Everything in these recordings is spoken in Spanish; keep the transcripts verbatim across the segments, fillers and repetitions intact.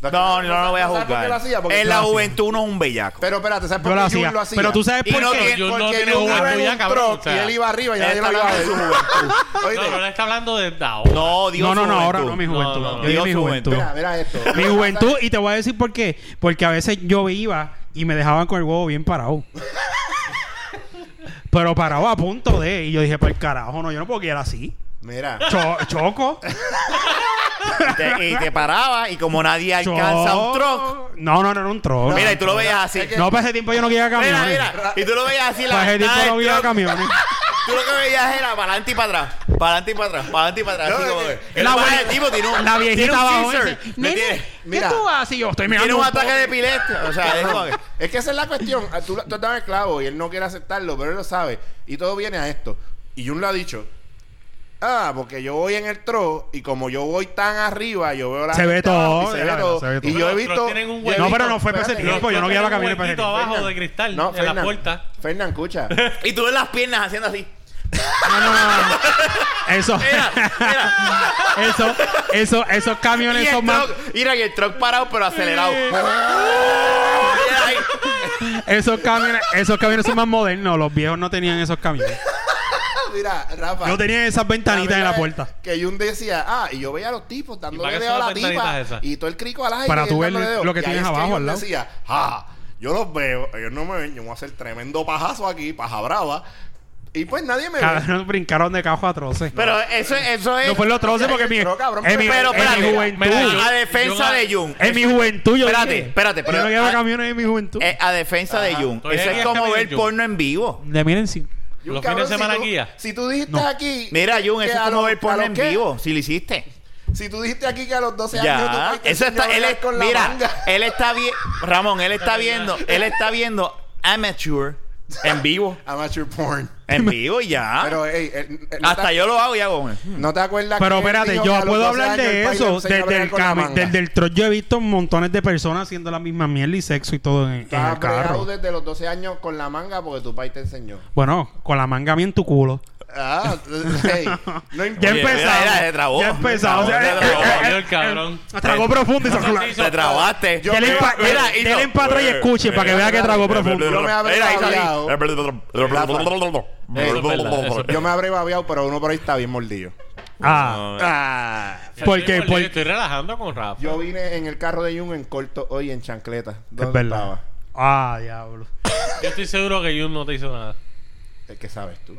No, no, no lo voy a juzgar. En la juventud uno es un bellaco. Pero espérate, ¿sabes por Yo lo qué Jun hacía. lo hacía? Pero tú sabes por Y no qué. tiene- Jun no Porque tiene Jun iba juventud en ya, un cabrón. truck O sea, y él iba arriba y él nadie lo está iba a hablando de ver. su juventud. Oíste, No, no, él está hablando de ahora. No, Dios No, no, no, su ahora juventud. no mi No, juventud. no, no. Yo digo Dios mi su juventud. mira, mira esto. Mi juventud, y te voy a decir por qué. Porque a veces yo iba y me dejaban con el huevo bien parado. Pero parado a punto de. Y yo dije, pues carajo, no, yo no puedo quedar así. Mira. Cho- choco. Y te, y te paraba y como nadie alcanza un truck. No, no, no era un truck. Mira, y tú lo veías así. Es que- No, para ese tiempo yo no quería Mira, camiones. mira. Y tú lo veías así. Para ese tiempo ventana no del había truck. camiones. Tú lo que veías era para adelante y para atrás. Para adelante y para atrás. Para adelante y para atrás. Así No, como es que. que El la baja abuela- del tipo tiene un. La tiene viejita un abajo Caesar. dice, ¿Me nene, entiendes? ¿qué Mira. tú haces? Yo estoy mirando Tiene un un ataque poco. de epilepsia. O sea, es como que. Es que esa es la cuestión. Ah, Tú, tú estás en el clavo y él no quiere aceptarlo, pero él lo sabe. Y todo viene a esto. Y Jun lo ha dicho. Ah, porque yo voy en el tro y como yo voy tan arriba, yo veo la Se gente ve todo, abajo y se ya, ve ya, todo. se ve todo. Y yo he Los visto. trucks tienen un yo he No, visto- pero no fue para ese espérate, tiempo. Yo no guiaba camiones para ese tiempo. tiempo. abajo de cristal No, en la Fernan, puerta. Fernan, escucha. Y tú ves las piernas haciendo así. No, no, no, no. Eso. Mira, mira. Eso, eso, esos Y camiones el son más. truck, mira, y el truck parado, pero acelerado. Mira ahí. Esos camiones, esos camiones son más modernos. Los viejos no tenían esos camiones. Mira, Rafa. No tenían esas ventanitas en la verdad puerta. es Que Jun decía, ah, y yo veía a los tipos dándole para qué dedo a son la las tipa ventanitas esas? y todo el crico al aire. Para y tú él ver dándole dedo. lo que Y ahí tienes es abajo Jun al lado. decía, ah, yo los veo, ellos no me ven, yo voy a hacer tremendo pajazo aquí, paja brava. Y pues nadie me ve. Cabrón, brincaron de cajo a troces. Pero eso, eso es. No fue los troces porque mi, Pero, cabrón, en mi, pero en mi espérate, juventud. mira, A defensa Jun- de Jun. En mi juventud yo Espérate, dije, espérate, pero- yo no guiaba a- camiones en mi juventud. Eh, a defensa de Jun. Todavía Eso es guías como camiones, ver Jun. porno en vivo. De miren sí. Jun, Los cabrón, fines de semana si tú- guía. Si tú dijiste No. aquí. Mira, Jun, que eso es a como los- ver a porno los en qué, vivo. Si lo hiciste. Si tú dijiste aquí que a los doce años tu Ya. país te Eso enseñó está. a Él bailar es, con la mira, manga. él está bien. Ramón, él está viendo. Él está viendo amateur en vivo. Amateur porn. En vivo y ya. Pero, ey, eh, eh, ¿no Hasta te- yo lo hago y hago. ¿No te acuerdas Pero que él espérate, dijo que yo a los puedo doce hablar años el de país le eso. enseñó a Desde bailar el, con la cami- manga? desde el truck yo he visto montones de personas haciendo la misma mierda y sexo y todo en, en Estabas el carro. bregado desde los doce años con la manga porque tu país te enseñó. Bueno, con la manga bien tu culo. Ah, hey, no Ya importa. Oye, empezamos. mira, mira, se trabó. Ya empezamos. Se O sea, trabó, eh, se trabó. eh, eh, El cabrón. eh, Tragó profundo y se fue. Te trabaste. Yo Dele me- pa- Mira, dele- hizo- dele en para atrás y escuche para que vea que tragó profundo. Yo me habré Mira, hizo así. babeado. Eso es verdad, eso es Yo me habré babeado, pero uno por ahí está bien mordido. Ah, Ah. porque, Estoy, porque estoy relajando con Rafa. Yo vine en el carro de Jun en corto hoy en chancleta. es ¿Dónde verdad. estaba? Ah, diablo. Yo estoy seguro que Jun no te hizo nada. Es que sabes tú.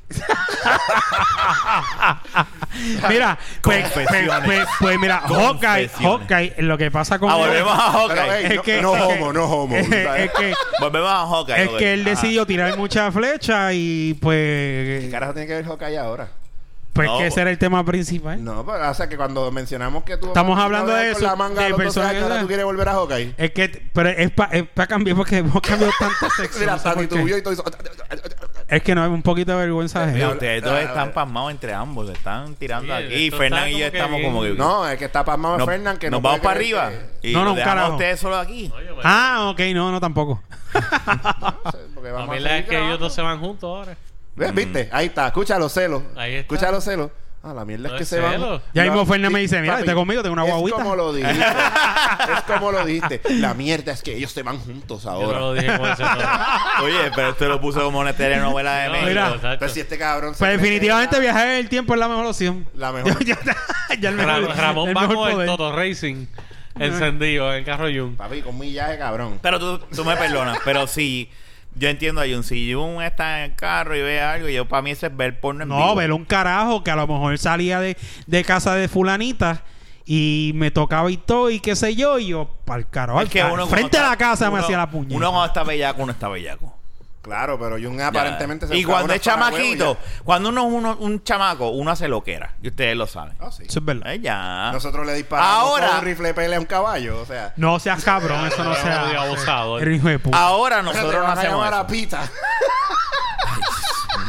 Mira, pues, pues, Confesiones. pues, pues mira, Hawkeye, Confesiones. Hawkeye, lo que pasa con Ah, él- volvemos a Pero, Hawkeye. ey, es no, que no es que- homo, no homo. es, ¿sabes? es que Volvemos a Hawkeye. es que él decidió tirar muchas flechas y ¿Qué pues carajo tiene que ver Hawkeye ahora? pues No, que ese era el tema principal. No, pero o sea que cuando mencionamos que tú Estamos hablando de con eso, la manga de a los doce personas años, ahora que- tú quieres volver a Hawkeye. Es que pero es para es pa cambiar porque hemos cambiado tanto sexo. Mira, no sé hasta por qué. titubió y todo eso. Es que no es un poquito de vergüenza Mira, ajena. ustedes dos están pasmados entre ambos. Se están tirando Sí, aquí. Y esto Fernan está y yo como que estamos bien. como que. No, es que está pasmado nos, Fernan que nos no vamos puede para creer arriba. que- Y No, no, nos un dejamos a carajo. ustedes solo aquí. Oye, pues, Ah, ok, no, no tampoco. No sé, porque la vamos a verdad seguir es que ellos grabando. dos se van juntos ahora. ¿Ves? ¿Viste? Ahí está. Escucha los celos. Ahí está. Escucha los celos. Ah, la mierda No es que es se van. celo. Ya mismo No, Fernan me sí, dice, mira, papi, vete conmigo, tengo una guaguita. Es como lo dijiste. Es como lo dijiste. La mierda es que ellos se van juntos Yo no ahora. lo dije con ese tono. Oye, pero esto lo puso como una telenovela de No, México. Mira. exacto. Entonces, si este cabrón se Pues cree que definitivamente es viajar en el tiempo es la mejor opción. la, la mejor. ya, ya el mejor, Ra- Ramón el va mejor con el poder. Toto Racing encendido en el carro Jun. Papi, con millaje, cabrón. Pero tú, tú me perdonas, pero si yo entiendo a Jun, si Jun está en el carro y ve algo, yo para mí eso es ver porno en No, vivo. velo un carajo que a lo mejor salía de, de casa de fulanita y me tocaba y todo y qué sé yo y yo pa'l carajo. Es que al uno frente cuando de la está- casa me uno- hacía la puñeta. Uno cuando está bellaco, uno está bellaco. Claro, pero Jun aparentemente se Y buscaba cuando unas es chamaquito, parahuevos cuando uno es uno, un chamaco, uno hace loquera. Y ustedes lo saben. ya. Ah, sí. Eso es verdad. Eh, ya. Nosotros le disparamos Ahora- con un rifle de pelea a un caballo. O sea, No seas cabrón, eso no No, sea de abusador. el hijo de puta. Ahora nosotros nosotros no vas a hacemos llamar a eso. Pita.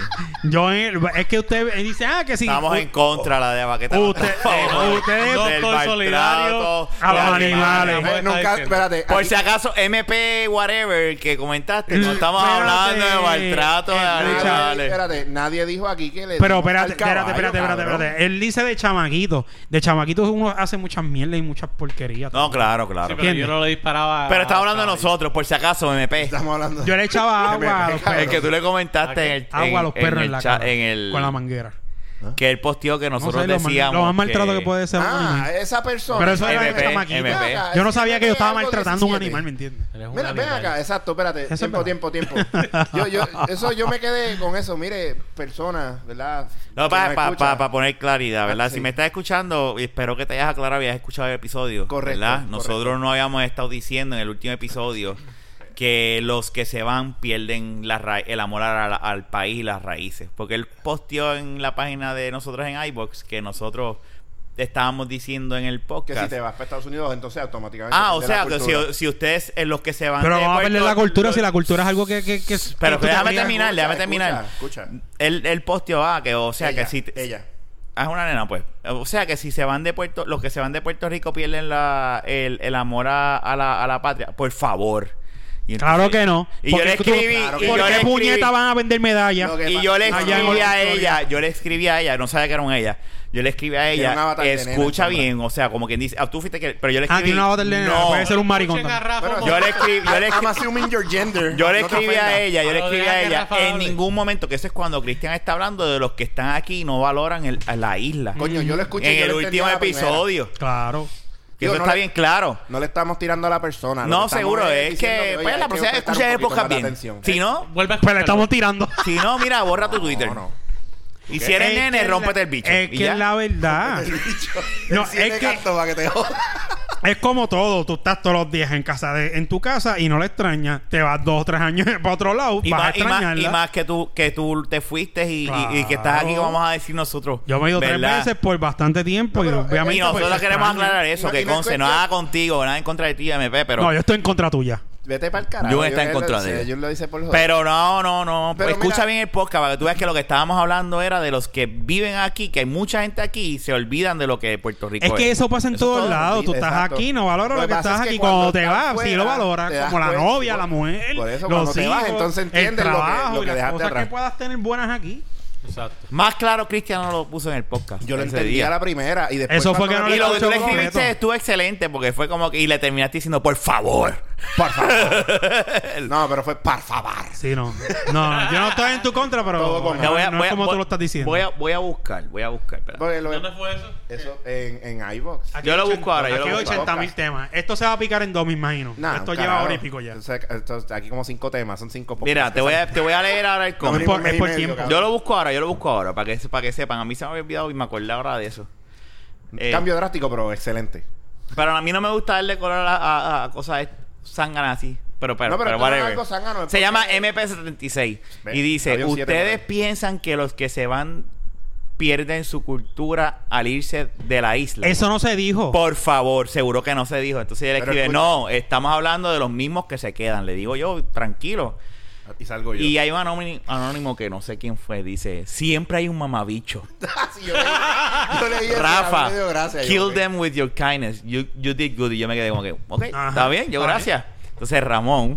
Yo en- es que usted dice, ah, que sí. Estamos u- en contra de la de Baqueta. Usted- eh, ustedes- No Del estoy maltrato solidario a los de animales. Pues Eh, está nunca, diciendo. espérate. Por aquí- si acaso, M P whatever que comentaste, no Mm, estamos espérate. hablando de maltrato de Eh, nadie, animales. espérate, nadie dijo aquí que le Pero dimos espérate, al espérate, caballo, espérate, espérate, cabrón. espérate. Él dice de chamaquito. De chamaquito uno hace muchas mierdas y muchas porquerías. No, claro, Sí, claro. pero ¿Entiendes? yo no le disparaba. Pero estamos hablando de caballo. nosotros, por si acaso, M P. Estamos hablando. Yo le echaba agua a los El perros. que tú le comentaste en el, Agua a los en- perros en en la el chat, cara. en el Con la manguera. que él posteó que No nosotros sé, lo, mal- decíamos lo más maltrato que, que puede ser un Ah, animal. esa persona. Pero eso era M de P, chamaquito. M P. Yo no sabía que yo estaba Algo maltratando a un diecisiete. animal, ¿me entiendes? Eres un Mira, ven animal. acá, exacto, espérate. es tiempo, verdad. tiempo, tiempo. Yo, yo, eso yo me quedé con eso. Mire, personas, ¿verdad? No, Que para nos pa, escuchan. pa- pa poner claridad, ¿verdad? Ah, sí. Si me estás escuchando, y espero que te hayas aclarado y hayas escuchado el episodio. Correcto, ¿Verdad? correcto. Nosotros no habíamos estado diciendo en el último episodio que los que se van pierden la ra- el amor al, al país y las raíces. Porque él posteó en la página de nosotros en iVoox que nosotros estábamos diciendo en el Que podcast. si te vas para Estados Unidos, entonces automáticamente. Ah, o pierdes sea, la que cultura. si, si ustedes, eh, los que se van Pero de vamos a Puerto- perder la cultura si la cultura es algo que... que, que Pero que tú déjame te- terminar, Escucha, déjame terminar. Escucha, escucha. Él, él posteó, ah, que o sea, Ella, que si... te- Ella. Ah, es una nena, pues. O sea, que si se van de Puerto... Los que se van de Puerto Rico pierden la, el, el amor a, a la, a la patria. Por favor. Y Claro que no. Y yo Porque le tú- escribí... Claro que y no. yo ¿Por le qué escribí- puñeta van a vender medallas? Lo que Y pa- yo le Allá en escribí a Florida. ella, yo le escribí a ella, no sabía que era un ella. Yo le escribí a Tiene un ella, avatar de nena, escucha entonces. bien, o sea, como quien dice, ah, tú fuiste que, pero yo le Ah, escribí, tiene una avatar de nena, no, puede ser un maricón Escuchen a también. Rafa Bueno, yo le escribí, yo le I'm escribí, assuming your gender. yo le No te escribí a ofendas. ella, yo le Pero escribí deja a que ella, Rafa en hable. ningún momento, que eso es cuando Cristian está hablando de los que están aquí y no valoran el, a la isla. Coño, yo lo escuché. en yo el lo entendí último a la primera. episodio, Claro. que Digo, eso no está le- bien claro. No le estamos tirando a la persona. lo No, que estamos seguro, es diciendo que, oye, pues, hay la que próxima vez prestar escucha un el poquito podcast más de bien. atención. Si no, Vuelve a Pero le escucharlo. estamos tirando. si no, mira, borra tu Twitter. No, no. Y si eres Es nene, que rómpete la- el bicho. Es y que ya. es la verdad. No, Siete es que- cantos para que te jodas. Es como todo. Tú estás todos los días en casa de, en tu casa y no la extrañas. Te vas dos o tres años para otro lado. Y vas a más, y, más, extrañarla. y más que tú que tú te fuiste y, y- y que estás Claro. aquí, vamos a decir nosotros. Yo me he ido tres ¿verdad? veces por bastante tiempo. No, pero, y obviamente Y nosotros pues, queremos extraña. aclarar eso, No, que y no es conste, no cuestión- nada contigo, nada en contra de ti, M P, pero... No, yo estoy en contra tuya. Vete para el carajo. Jun está en él- contra él- de él. Jun lo dice por joder. Pero no, no, no. Pero Escucha mira- bien el podcast para que tú veas que lo que estábamos hablando era de los que viven aquí, que hay mucha gente aquí y se olvidan de lo que Puerto Rico Es es. que eso pasa en Eso es todos todo. lados. Tú estás Exacto. aquí, no valoras Lo lo que que pasa estás es que aquí. cuando Cuando te estás vas, sí fuera, lo valoras. te das Como la cuenta. novia, la mujer, Por eso, los cuando te vas, hijos, entonces el entiendes lo que- trabajo lo que y las dejaste cosas atrás. que puedas tener buenas aquí. Exacto. Más claro, Cristian no lo puso en el podcast. Yo lo ese entendí día. a la primera y después Eso fue cuando que no me le Y lo que tú le escuchó escribiste completo. estuvo excelente porque fue como que... Y le terminaste diciendo, por favor. Por favor. No, pero fue por favor. Sí, no. No, yo no estoy en tu contra, pero Todo con- no, Ya voy a- no voy es a- como voy- tú lo estás diciendo. Voy a, voy a buscar, voy a buscar. espera. Porque lo- ¿Dónde fue eso? Eso en, en iVoox. Aquí Yo lo hay busco ahora, yo Aquí lo hay busco. ochenta mil temas. Esto se va a picar en dos, me imagino. Nah, Esto un lleva carajo. hora y pico ya. Entonces, esto- aquí como cinco temas, son cinco podcasts. Mira, te voy, a, te voy a leer ahora el No, cómic. venimos por- mes es y por medio, tiempo. cabrón. Yo lo busco ahora, yo lo busco ahora, para que, para que sepan. A mí se me había olvidado y me acordé ahora de eso. Eh, Cambio drástico, pero excelente. Pero a mí no me gusta darle color a, a- a cosas zánganas así. Pero, pero, No, pero pero, esto no es whatever. algo zángano, es Se porque- llama M P setenta y seis. Ve, Y dice, había un siete por ¿ustedes ahí. piensan que los que se van pierden su cultura al irse de la isla? Eso no se dijo. Por favor, seguro que no se dijo. Entonces ella le Pero escribe, escucha. no, estamos hablando de los mismos que se quedan. Le digo yo, tranquilo. Y salgo yo. Y hay un anónimo, anónimo que no sé quién fue, dice, siempre hay un mamabicho. Sí, yo leí, yo leí eso, a Rafa, mí me dio gracia. Yo, kill ok. them with your kindness. You, you did good. Y yo me quedé como que, ok, Ajá. está bien, yo Está gracias. Entonces Ramón,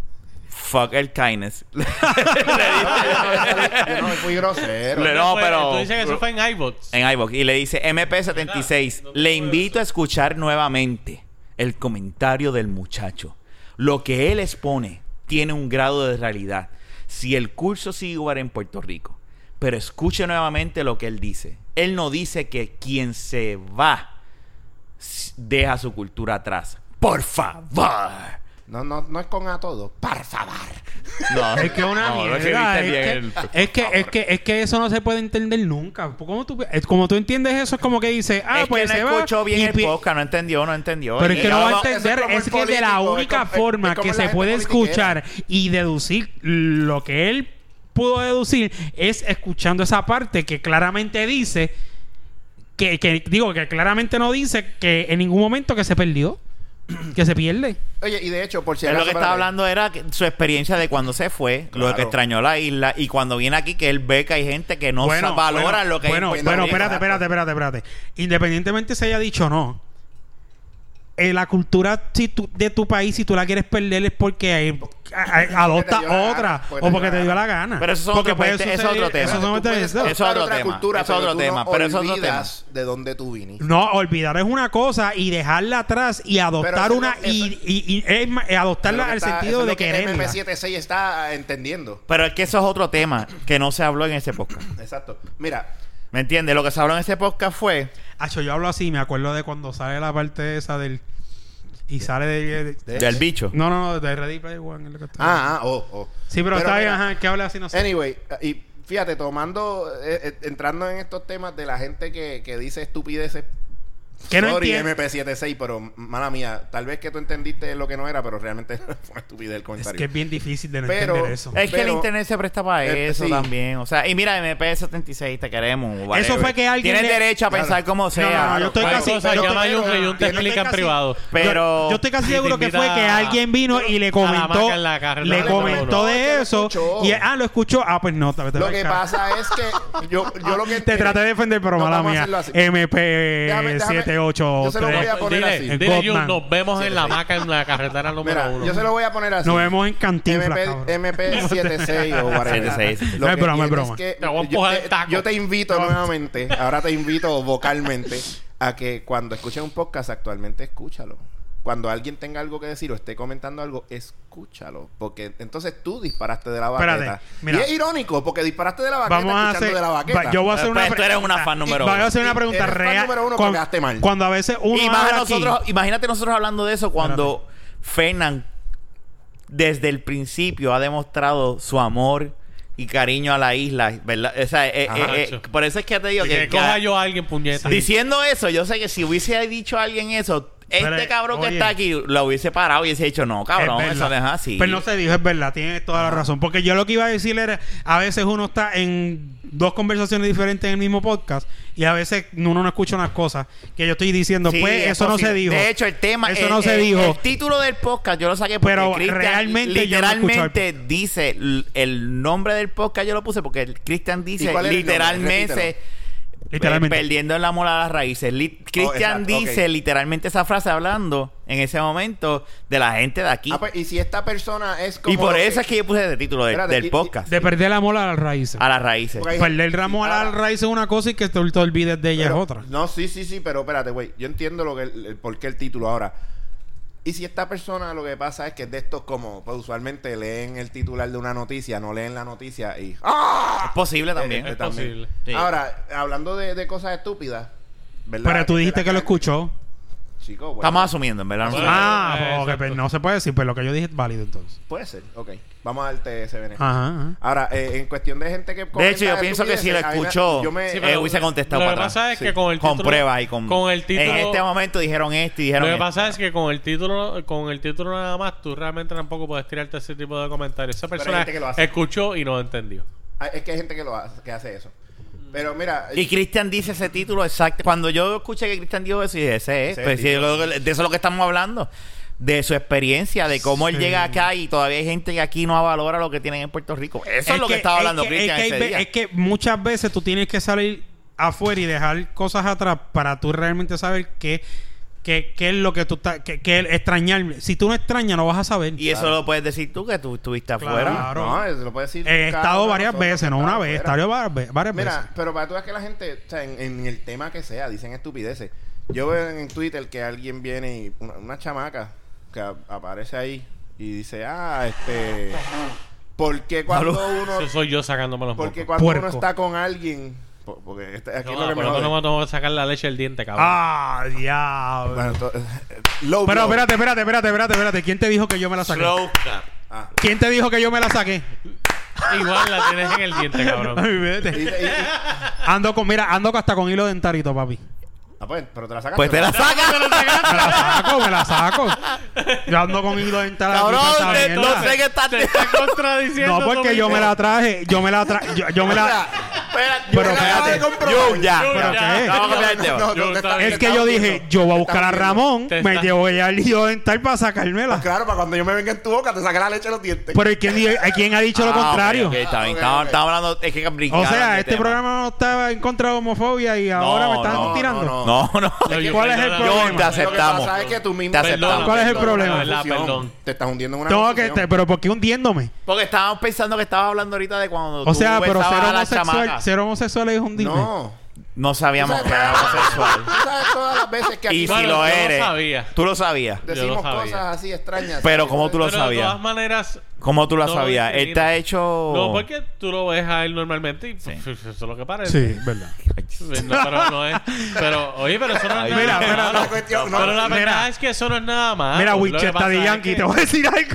fuck el kindness. Le Yo no fui grosero. Le- no, ¿Dónde fue? pero- Tú dices que eso fue en iVoox. En iVoox. Y le dice M P setenta y seis. ¿Dónde Le fue invito eso? a escuchar nuevamente el comentario del muchacho. Lo que él expone tiene un grado de realidad. Si el curso sigue igual en Puerto Rico. Pero escuche nuevamente lo que él dice. Él no dice que quien se va s- deja su cultura atrás. Por favor. No, no, no es con a todo. Por favor. No, Es que una no, lo mierda. escribiste Es, bien que, el- es, que, es, que, es que eso no se puede entender nunca. ¿Cómo tú, es como tú entiendes eso, es como que dice, ah, es pues que se no va. escuchó bien y el pi- podcast, no entendió, no entendió. Pero Y es que ya no va a vamos- entender, eso es como es el que de la político, única es como- forma es como que la se gente puede politiquera. escuchar y deducir lo que él pudo deducir es escuchando esa parte que claramente dice que, que digo que claramente no dice que en ningún momento que se perdió. que se pierde. Oye, y de hecho, por si Él acaso, lo que estaba espérate. hablando era que su experiencia de cuando se fue, lo Claro. que extrañó la isla, y cuando viene aquí que él ve que hay gente que no Bueno, sa- valora bueno, lo que bueno, hay en bueno, Puerto Rico. espérate, espérate, espérate, espérate. Independientemente se haya dicho o no, eh, la cultura si tú- de tu país, si tú la quieres perder, es porque eh, a- a- adopta Porque te dio la otra gana, porque o te porque dio te dio la la gana. Pero eso son Porque otro- puede eso es suceder- otro tema. Eso son Tú otras puedes cosas. Eso es otro otra tema, cultura, eso es pero otro tú tema, no pero eso es otro olvidas de dónde tú viniste. No, olvidar es una cosa y dejarla atrás y adoptar eso es lo- una eso- y, y- y es ma- eh, adoptarla Eso al es lo que está- sentido eso es de lo que quererla. M P setenta y seis está entendiendo. Pero es que eso es otro tema que no se habló en ese podcast. Exacto. Mira, ¿Me entiendes? Lo que se habló en ese podcast fue... Acho, yo hablo así, me acuerdo de cuando sale la parte esa del y sale de, de- ¿De? del bicho. no, no, no, de Ready Player One. es lo que estoy- ah, ah, oh, oh. sí, pero, está bien, mira, ajá, que hable así, no sé. Anyway, y fíjate, tomando, eh, eh, entrando en estos temas de la gente que, que dice estupideces. Que no Sorry, entiende- M P setenta y seis, pero mala mía, tal vez que tú entendiste lo que no era, pero realmente fue una estupidez el Es comentario. que es bien difícil de no Pero- entender eso. Es que el Pero- internet se presta para eh, eso sí. también. O sea, y mira, M P setenta y seis, te queremos. Eso whatever. fue que alguien Tienes le- derecho a Claro. pensar como No, sea. no, no, yo estoy Hay casi- cosas, yo llama a estoy- Jun, que Jun te yo estoy explica en casi- privado. Pero... Yo, yo estoy casi Y te seguro que invita fue que a- alguien vino y le a la comentó, hamaca en la carretera le número comentó uno. de No, que lo eso escuchó. y ah, lo escuchó. Ah, pues no, te, te Lo va que a caer. pasa es que yo, yo lo que Te traté de defender, pero No, mala vamos a mía. hacerlo así. M P Déjame- déjame- setenta y ocho yo se lo voy a poner Dile, así. En dile, Jun, Godman. nos vemos en la hamaca en la carretera número Mira, uno. yo se lo voy a poner así. Nos vemos en Cantinflas, M P, cabrón. M P setenta y seis o whatever. setenta y seis. Lo No es que broma, es tiene broma. que Te voy a yo, empujar te, el taco. yo te invito nuevamente, ahora te invito vocalmente a que cuando escuches un podcast actualmente escúchalo. Cuando alguien tenga algo que decir o esté comentando algo, escúchalo. Porque entonces tú disparaste de la baqueta. Espérate, mira. Y es irónico, porque disparaste de la baqueta Vamos a escuchando hacer. de la baqueta. va- yo voy a hacer Pues una tú eres pregunta. una fan número Voy uno. a hacer una Y pregunta eres fan real. número uno, Cuando- pero quedaste mal. Cuando a veces uno Y más habla aquí- nosotros, imagínate nosotros hablando de eso cuando Fernan desde el principio ha demostrado su amor y cariño a la isla, ¿verdad? O sea, eh, Ajá. eh, eh, por eso es que te digo Y que, que que- coja yo a alguien, puñeta. diciendo eso, yo sé que si hubiese dicho a alguien eso, este Pero, cabrón que oye. está aquí lo hubiese parado y hubiese dicho, no, cabrón, Es eso verdad. no es así. Pero no se dijo, es verdad, tienes toda la razón. Porque yo lo que iba a decir era, a veces uno está en dos conversaciones diferentes en el mismo podcast y a veces uno no escucha unas cosas que yo estoy diciendo, Sí, pues es eso no posible. se dijo. De hecho, el tema, Eso el, no se el- dijo. El título del podcast yo lo saqué porque Pero Cristian realmente yo no escucho literalmente dice l- el nombre del podcast, yo lo puse porque el Cristian dice cuál era el nombre? literalmente Repítelo. Literalmente. eh, perdiendo en la mola a las raíces. Li- Cristian exacto, dice ok. literalmente esa frase hablando en ese momento de la gente de aquí. Ah, pues, y si esta persona es como. y por lo eso es que yo puse el título de- Espérate, del y- y- podcast. De perder la mola a las raíces. A las raíces. Porque hay- Perder el ramo a Ahora- las raíces es una cosa y que te, te olvides de ella Pero- es otra. No, sí, sí, sí, pero espérate, güey. Yo entiendo lo que el, el por qué el título ahora. Y si esta persona lo que pasa es que es de estos como, pues usualmente leen el titular de una noticia, no leen la noticia y... ¡Ah! Es posible también. Eh, eh, Es también. posible. Sí. Ahora, hablando de, de cosas estúpidas, ¿verdad? Pero tú De dijiste la que lo escuchó. Chico, bueno, Estamos asumiendo, en verdad. no Bueno, sé. Ah, eh, ok, exacto. pues no se puede decir, pero lo que yo dije es válido entonces. Puede ser, ok. Vamos a darte ese beneficio. Ajá, ajá. Ahora, eh, en cuestión de gente que... De hecho, yo comenta pienso que si lo estupideces, a mí me- escuchó, yo me- Sí, eh, pero hubiese contestado lo para que atrás. pasa es que Sí. con el Con título, pruebas y con... con el título, En este momento dijeron esto y dijeron lo que esto. pasa es que con el título, con el título nada más, tú realmente tampoco puedes tirarte ese tipo de comentarios. Esa hay persona gente que lo hace. escuchó y no entendió. Ah, es que hay gente que lo hace, que hace eso. Pero mira... Y Cristian dice ese título exacto. Cuando yo escuché que Cristian dijo eso, y dije, ese es. Ese Pues, es sí, el lo- de eso es lo que estamos hablando. De su experiencia, de cómo él Sí. llega acá y todavía hay gente que aquí no valora lo que tienen en Puerto Rico. Eso es, lo que, estaba es hablando que- Cristian es que, ese hay ve- día. es que muchas veces tú tienes que salir afuera y dejar cosas atrás para tú realmente saber qué, qué, qué es lo que tú estás... qué, qué es extrañar. Si tú no extrañas, no vas a saber. Y eso lo puedes decir tú, que tú estuviste Claro. afuera. Claro. No, eso lo puede decir. He cada estado uno de varias nosotros veces, que no está una vez. He afuera. estado varias, ve- varias veces. Mira, pero para tú veas que la gente, o sea, en, en el tema que sea, dicen estupideces. Yo veo en Twitter que alguien viene y una, una chamaca que a- aparece ahí y dice, ah, este, ¿por qué cuando uno, Eso soy yo sacándome los porque mocos. cuando Puerco. uno está con alguien, po- porque este- aquí No, es lo que me pero jode. no me tengo que sacar la leche del diente, cabrón. Ah, diablo. Bueno, to- low Pero blow. espérate, espérate, espérate, espérate, espérate. ¿Quién te dijo que yo me la saqué? Slow cut. Ah. ¿Quién te dijo que yo me la saqué? Igual la tienes en el diente, cabrón. Ay, Y- vete. y- y- Ando con, mira, ando hasta con hilo dentarito, papi. ah, pues, pero te la sacaste. Pues te la sacas. Me la saco, me la saco. Yo ando con hilo dental aquí Cabrón, para esta te- mierda. no sé qué estás... Te está contradiciendo. No, porque tú yo me mismo. la traje. Yo me la traje. Yo, yo me la. Pero espérate. espérate. Yo, ya. ¿Pero qué? Vamos a cambiar el tema. No, no, Yo te estaba- estás- Es que yo dije, yo voy a buscar a Ramón, Te me está- llevo ya al lío dental para sacármela. Claro, para cuando yo me venga en tu boca, te saque la leche de los dientes. Pero ¿quién, di- ¿quién ha dicho lo Ah, ok, contrario? ok, está bien. Ok, Estamos, ok. estamos hablando. Es que brincaron O sea, de este tema. programa no estaba en contra de homofobia y ahora me están no, tirando. no, No, no. No, yo- ¿Cuál es el perdona, problema? Yo te Lo que aceptamos. pasa es que tú mismo Te aceptamos. ¿Cuál es el te estás problema? hundiendo en una Verdad, confusión. perdón. Te estás hundiendo en una No, que confusión. te, pero ¿por qué hundiéndome? Porque estábamos pensando que estabas hablando ahorita de cuando O sea, tú pero besabas ser a la homosexual, chamaca. ser homosexual es hundirme. No. No sabíamos Tú que sabes- era homosexual. Tú sabes todas las veces que aquí Y si Bueno, lo yo lo eres, sabía. tú lo sabías. Yo decimos lo sabía. cosas así extrañas. Pero ¿sabes? ¿cómo tú lo Pero sabías? de todas maneras... ¿Cómo tú lo no sabías? Él te ha discrimino. hecho... No, porque tú lo ves a él normalmente y Sí. pues, eso es lo que parece. Sí, verdad. No, pero no es... Pero, oye, pero eso no es Ay, nada mira, malo. mira, la cuestión- no, pero la mira. verdad es que eso no es nada malo. Mira, Lo que Winchester pasa de es Yankee, que- te voy a decir algo.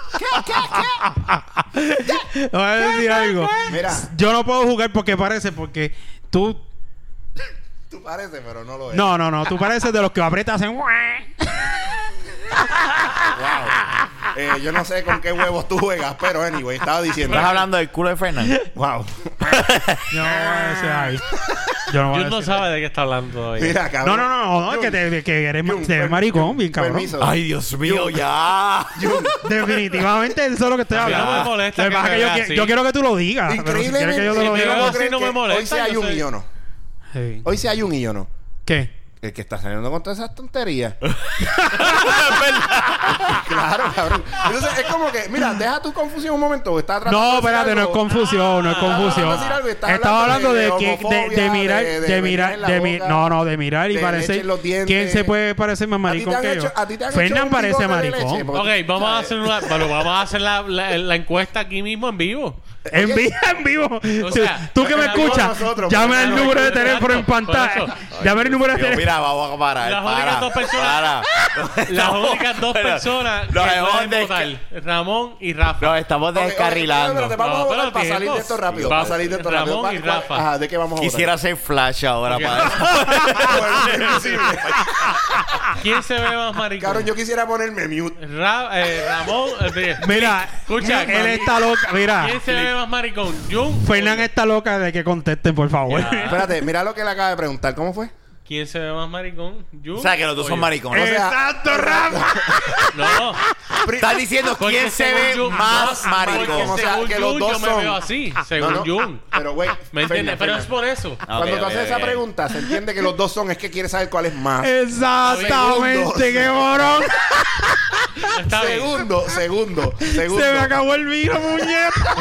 Te voy a decir algo. Mira, Yo no puedo jugar porque parece, porque tú... tú pareces, pero no lo es. No, no, no. Tú pareces de los que aprietas en... Wow. Eh, yo no sé con qué huevos tú juegas, pero anyway, estaba diciendo. ¿Estás hablando del culo de Fernan? Wow. Yo no voy a decir ahí. Yo no voy a Jun no decir. sabe de qué está hablando todavía. Mira, No, cabrón. no, no, no, es Jun, que, te, que eres, Jun, te ves per- maricón, bien cabrón. Permiso. Ay, Dios mío, ya. Definitivamente eso es lo que estoy A mí no hablando. me molesta Lo que que pasa me es que yo, vea qui- así. yo quiero que tú lo digas. Pero si quieres que yo te Sí, lo pero diga. no- ¿Cómo crees no me que molesta, hoy sí hay yo un sé. y yo no? Sí. Hoy sí hay un y yo no. ¿Qué? El que está saliendo con todas esas tonterías. Claro, cabrón. Entonces es como que, mira, deja tu confusión un momento. Está tratando de No, decir espérate, no es algo. confusión, no es Ah, tratando confusión. de decir algo y estás Estaba hablando hablando de, de- de que, de, de homofobia, mirar, de- de, de mirar, venir en la de mi- boca, no, no, de mirar y de leche parecer. en los dientes. ¿Quién se puede parecer más ¿A ti maricón te han que yo? hecho- a ti te han Fernán hecho un parece bigote de maricón. leche? Porque- Ok, vamos a ¿sabes? hacer una, bueno, vamos a hacer la, la, la encuesta aquí mismo en vivo. En vivo, en vivo. O sea, Tú que me porque escuchas, nosotros, llame porque el no- número de exacto, teléfono en por pantalla. eso. Llame el número de Dios, teléfono. mira, vamos a parar. Las para, únicas dos personas- para. Las únicas dos Pero, personas que nos hemos pueden desca- votar, Ramón y Rafa. Nos estamos Ok, ok, descarrilando. espérate, vamos No, a votar pero para salir tiempos. de esto rápido. Va- Para salir de esto Ramón rápido. y ¿Cuál- cuál- Rafa. Ajá, ¿de qué vamos a votar? Quisiera hacer flash ahora Ok. para eso. Bueno, es posible. ¿Quién se ve más maricón? Cabrón, yo quisiera ponerme mute. Ra- eh, Ramón. eh, Mira, Escucha, él está loca. Mira, ¿quién se ve más maricón? ¿Jun? Fernán está loca de que contesten, por favor. Ya. Espérate, mira lo que le acaba de preguntar. ¿Cómo fue? ¿Quién se ve más maricón? ¿Jun? O sea, que los dos son Oye, maricones. O sea, Exacto, Rafa. No. Estás diciendo Porque quién se según ve Jun- más no, maricón. porque O sea, según que los Jun, dos yo me son- veo así. No, Según no. Jun. Pero, güey. ¿Me entiendes? Pero es por eso. Ok, Cuando tú ok, haces esa ok. pregunta, se entiende que los dos son. Es que quiere saber cuál es más. Exactamente, qué morón. Está bien. Segundo, segundo, segundo. Se me acabó el vino, muñeca.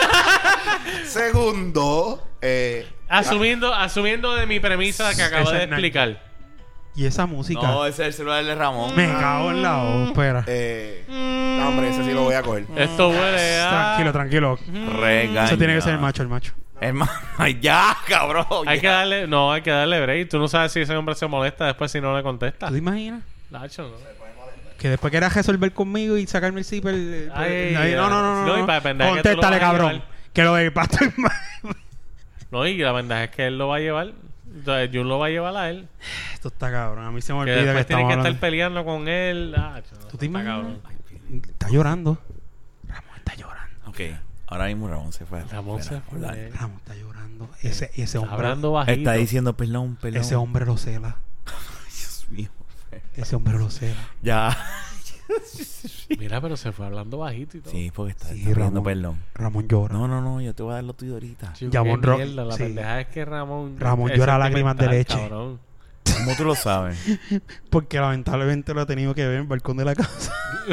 Segundo, eh, Asumiendo, asumiendo de mi premisa que acabo Esa de es nice. explicar. Y esa música. No, ese es el celular de Ramón. Me cago en la ópera. eh, no, hombre, ese sí lo voy a coger. Esto huele a... Tranquilo, tranquilo. Regaña. Eso tiene que ser el macho, el macho. El ma- Ay, ya, cabrón. Hay ya. que darle... No, hay que darle break. Tú no sabes si ese hombre se molesta después si no le contesta. ¿Tú te imaginas? Nacho, no. Que después quieras resolver conmigo y sacarme el zipper. eh, Ay, Ay, no, no, no, no. no, y no. para depender que tú lo Contéstale, vas a cabrón. llevar. Que lo del pasto es más. No, y la verdad es que él lo va a llevar. Entonces, Jun lo va a llevar a él. Esto está cabrón. A mí se me Que olvida que después tiene estamos que estar hablando. peleando con él. Nacho, no, ¿Tú te está imaginas? cabrón. Está llorando. Ramón está llorando. Ok, ahora mismo Ramón se fue. Ramón Fuera, se fue. hablar. Ramón está llorando. Ese, y ese Está hombre. hablando bajito. Está diciendo perdón, perdón. Ese hombre lo cela. Dios mío. Ese hombre lo cela. Ya. Mira, pero se fue hablando bajito y todo. Sí, porque está, Sí, está pidiendo Ramón. perdón. Ramón llora. No, no, no, yo te voy a dar lo tuyo ahorita. Chico, Ramón qué Ro- mierda. La sí. pendeja es que Ramón... Ramón es llora lágrimas de sentimental, leche. cabrón. ¿Cómo tú lo sabes? Porque lamentablemente lo ha tenido que ver en el balcón de la casa.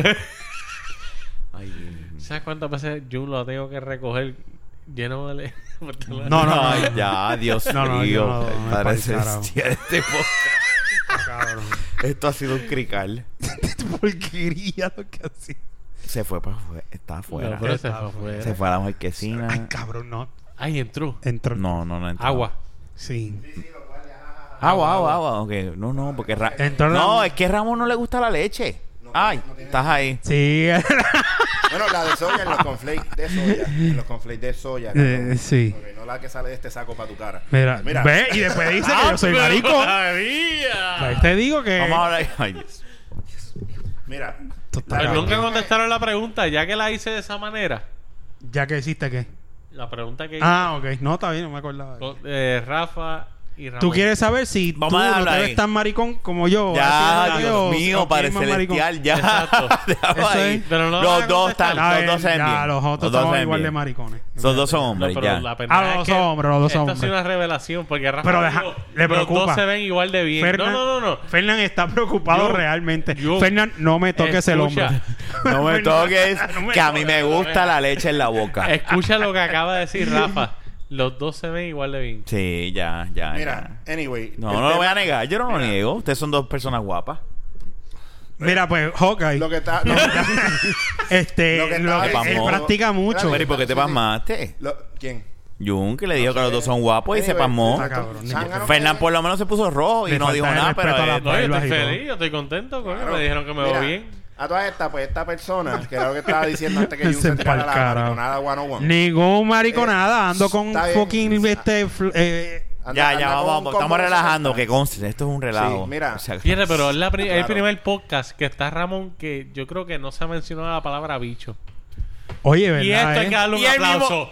Ay, Dios mío. ¿Sabes cuántas veces Jun lo tengo que recoger lleno de leche? No, no, no. Ay, ya, Dios No, no, mío. yo no- no me Padre parece carajo. celestial, este podcast. Cabrón. Esto ha sido un crical. Porquería lo que hacía. Se fue para afuera. Está afuera. No, pero se fue afuera. Se fue a la marquesina. Ay, cabrón, no. Ay, entró. Entró. No, no, no entró. Agua. Sí. Agua, agua, agua. Ok, no, no, porque... Ra- Entró no, Ramón. es que a Ramón no le gusta la leche. Ay, estás ahí. Sí. Bueno, la de soya en los conflakes de soya. En los conflakes de soya. Eh, cabrón. sí. Ok, no la que sale de este saco para tu cara. Mira, Mira. ve y después dice que yo soy marico. ¡María! Pues te digo que. Vamos a hablar. Ay, Dios. Mira. Esto está la Pero cabrón. nunca contestaron la pregunta, ya que la hice de esa manera. Ya que hiciste qué. La pregunta que Ah, ok. No, está bien, no me acordaba. hizo, eh, Rafa y Ramón. ¿Tú quieres saber si Vamos tú a no dejarlo te ahí. ves tan maricón como yo? Ya, haciendo Dios videos, mío, o Padre quién es más maricón? Celestial, ya. Exacto. Déjalo Eso ahí. es. Pero no los van a dos contestar. están, Está los dos bien, se ven ya, bien. los otros Los dos estamos se ven igual de bien. maricones. Esos dos son No, hombres, pero ya. la pendeja Ah, es los que hombres, los dos esta hombres. ha sido una revelación porque Rafa Pero dijo, deja- le los preocupa. dos se ven igual de bien. Fernan, no, no, no, no. Fernan está preocupado Yo- realmente. yo- Fernan, no me toques el Escucha. hombro. No me Fernan, toques, no me que a mí toques. me gusta la leche en la boca. Escucha lo que acaba de decir Rafa. Los dos se ven igual de bien. Sí, ya, ya. Mira, ya. anyway. No, el no lo tema- voy a negar. Yo no lo Mira, niego. Ustedes son dos personas guapas. Mira, pues, Hawkeye. Lo que está. No, este, Lo que lo estaba que- él diciendo- practica mucho. Espérate. Pero ¿y por qué te Sí, sí. pasmaste? lo- ¿Quién? Jun, que le dijo No que los sé. dos son guapos y se Anyway, pasmó. Ah, cabrón, Zángano Fernán que- por lo menos se puso rojo y Le no falta dijo el nada, respeto pero a la él- No, yo Bailas estoy y todo. feliz, yo estoy contento. Coño. Claro. Me dijeron que me Mira, veo bien. A todas estas, pues esta persona, que era lo que estaba diciendo antes que Jun Se se tirara la empalcara. mariconada one oh one. Ningún mariconada. Eh, Ando con está bien. fucking este. fl- eh, Anda- Ya, anda ya, con vamos, un vamos. Estamos combo de relajando, sesenta. que conste. Esto es un relajo. Sí, mira. O sea, Fíjate, pero es la pri- el Claro. primer podcast que está Ramón que yo creo que no se ha mencionado la palabra bicho. Oye, ¿verdad? Y esto hay eh? que darle un Y el mismo- aplauso.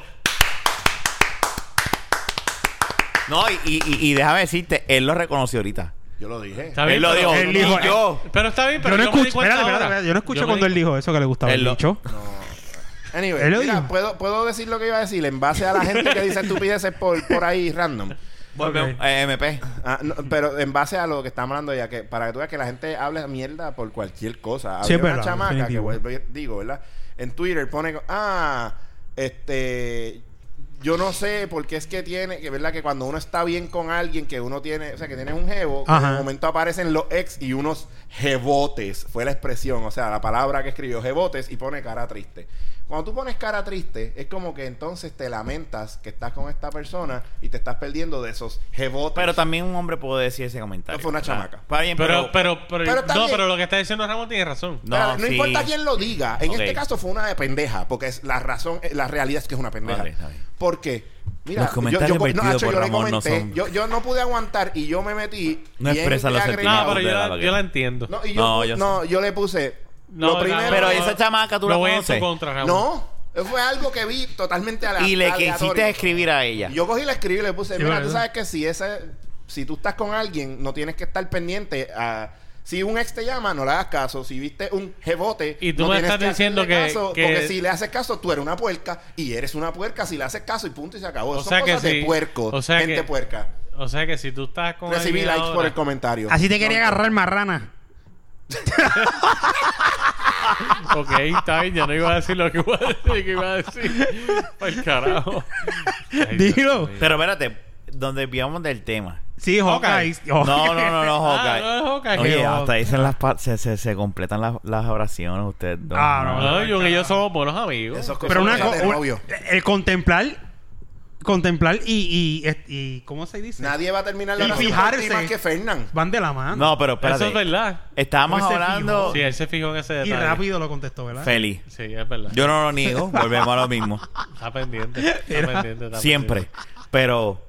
No, y, y, y- y déjame decirte, él lo reconoció ahorita. Yo lo dije. Está bien, Él lo pero- dijo. él dijo- y yo. Pero está bien, pero Yo no yo me di escucho. cuenta Espérate, espérate, ahora. espérate, Yo no escuché Yo me cuando di- él dijo eso que le gustaba Él el lo- bicho. Anyway, Él lo mira, dijo. ¿puedo, puedo decir lo que iba a decir en base a la gente que dice estupideces por, por ahí random. Volvemos. Ok. Eh, M P. Ah, no, pero en base a lo que estamos hablando ya, que para que tú veas que la gente hable mierda por cualquier cosa. Sí, Había es una verdad, chamaca definitivo. que vuelvo y digo, ¿verdad? En Twitter pone, ah, este, yo no sé por qué es que tiene, que verdad que cuando uno está bien con alguien que uno tiene, o sea, que tienes un jevo, que en Ajá. un momento aparecen los ex y unos jebotes, fue la expresión, o sea, la palabra que escribió jebotes y pone cara triste. Cuando tú pones cara triste, es como que entonces te lamentas que estás con esta persona y te estás perdiendo de esos jebotes. Pero también un hombre puede decir ese comentario. No fue una O sea, chamaca. está bien, Pero, pero, pero, Pero está no, bien. pero lo que está diciendo Ramón tiene razón. No, Espérate, no sí. importa quién lo diga. En Ok. este caso fue una de pendeja, porque es la razón, eh, la realidad es que es una pendeja. Ok, está bien. ¿Por qué? Mira, Los comentarios yo, yo, vertidos Nacho, por yo le Ramón no comenté, son- yo, yo no pude aguantar y yo me metí. No bien expresa los agresivo. No, pero yo de la la, vaquera. yo la entiendo. No, y yo, No, pu- yo no, yo le puse. No, lo no, primero. Pero no, esa chamaca tú no la voy en conoces. tu contra, Ramón. No, fue algo que vi totalmente ale- Y le que aleatorio. hiciste escribir a ella. Y yo cogí y le escribí y le puse, Sí, mira, ¿verdad? tú sabes que si ese, si tú estás con alguien, no tienes que estar pendiente a... Si un ex te llama, no le hagas caso. Si viste un jebote, Y tú no me tienes estás que diciendo hacerle que- caso, que- porque si le haces caso, tú eres una puerca y eres una puerca si le haces caso y punto y se acabó. O Son sea que cosas de si- puerco, o sea gente que- puerca. O sea que si tú estás con Recibí alguien likes por ahora- el comentario. Así te quería No, agarrar marrana. Ok, está bien, ya no iba a decir lo que iba a decir, que iba a decir. Ay, carajo. Ay, Dios Dilo. mío. Pero espérate, donde vivíamos del tema. Sí, Hawkeye. No, no, no, no, Ah, Hawkeye. no es Hawkeye. Oye, Qué hasta bobo. dicen las pa- se, se, se completan las, las oraciones ustedes dos. Ah, no, No, Jun y yo somos buenos amigos. Esos Pero una cosas de cosa, novio. el contemplar, contemplar y, y, y ¿cómo se dice? Nadie va a terminar la Y oración fijarse. por ti más que Fernán. Van de la mano. No, pero espérate. Eso es verdad. Estábamos Él se hablando... fijó. Sí, él se fijó en ese y detalle. rápido lo contestó, ¿verdad? Feliz. Sí, es verdad. Yo no lo niego, volvemos a lo mismo. Está pendiente. Está pendiente. Está Siempre. pendiente. Pero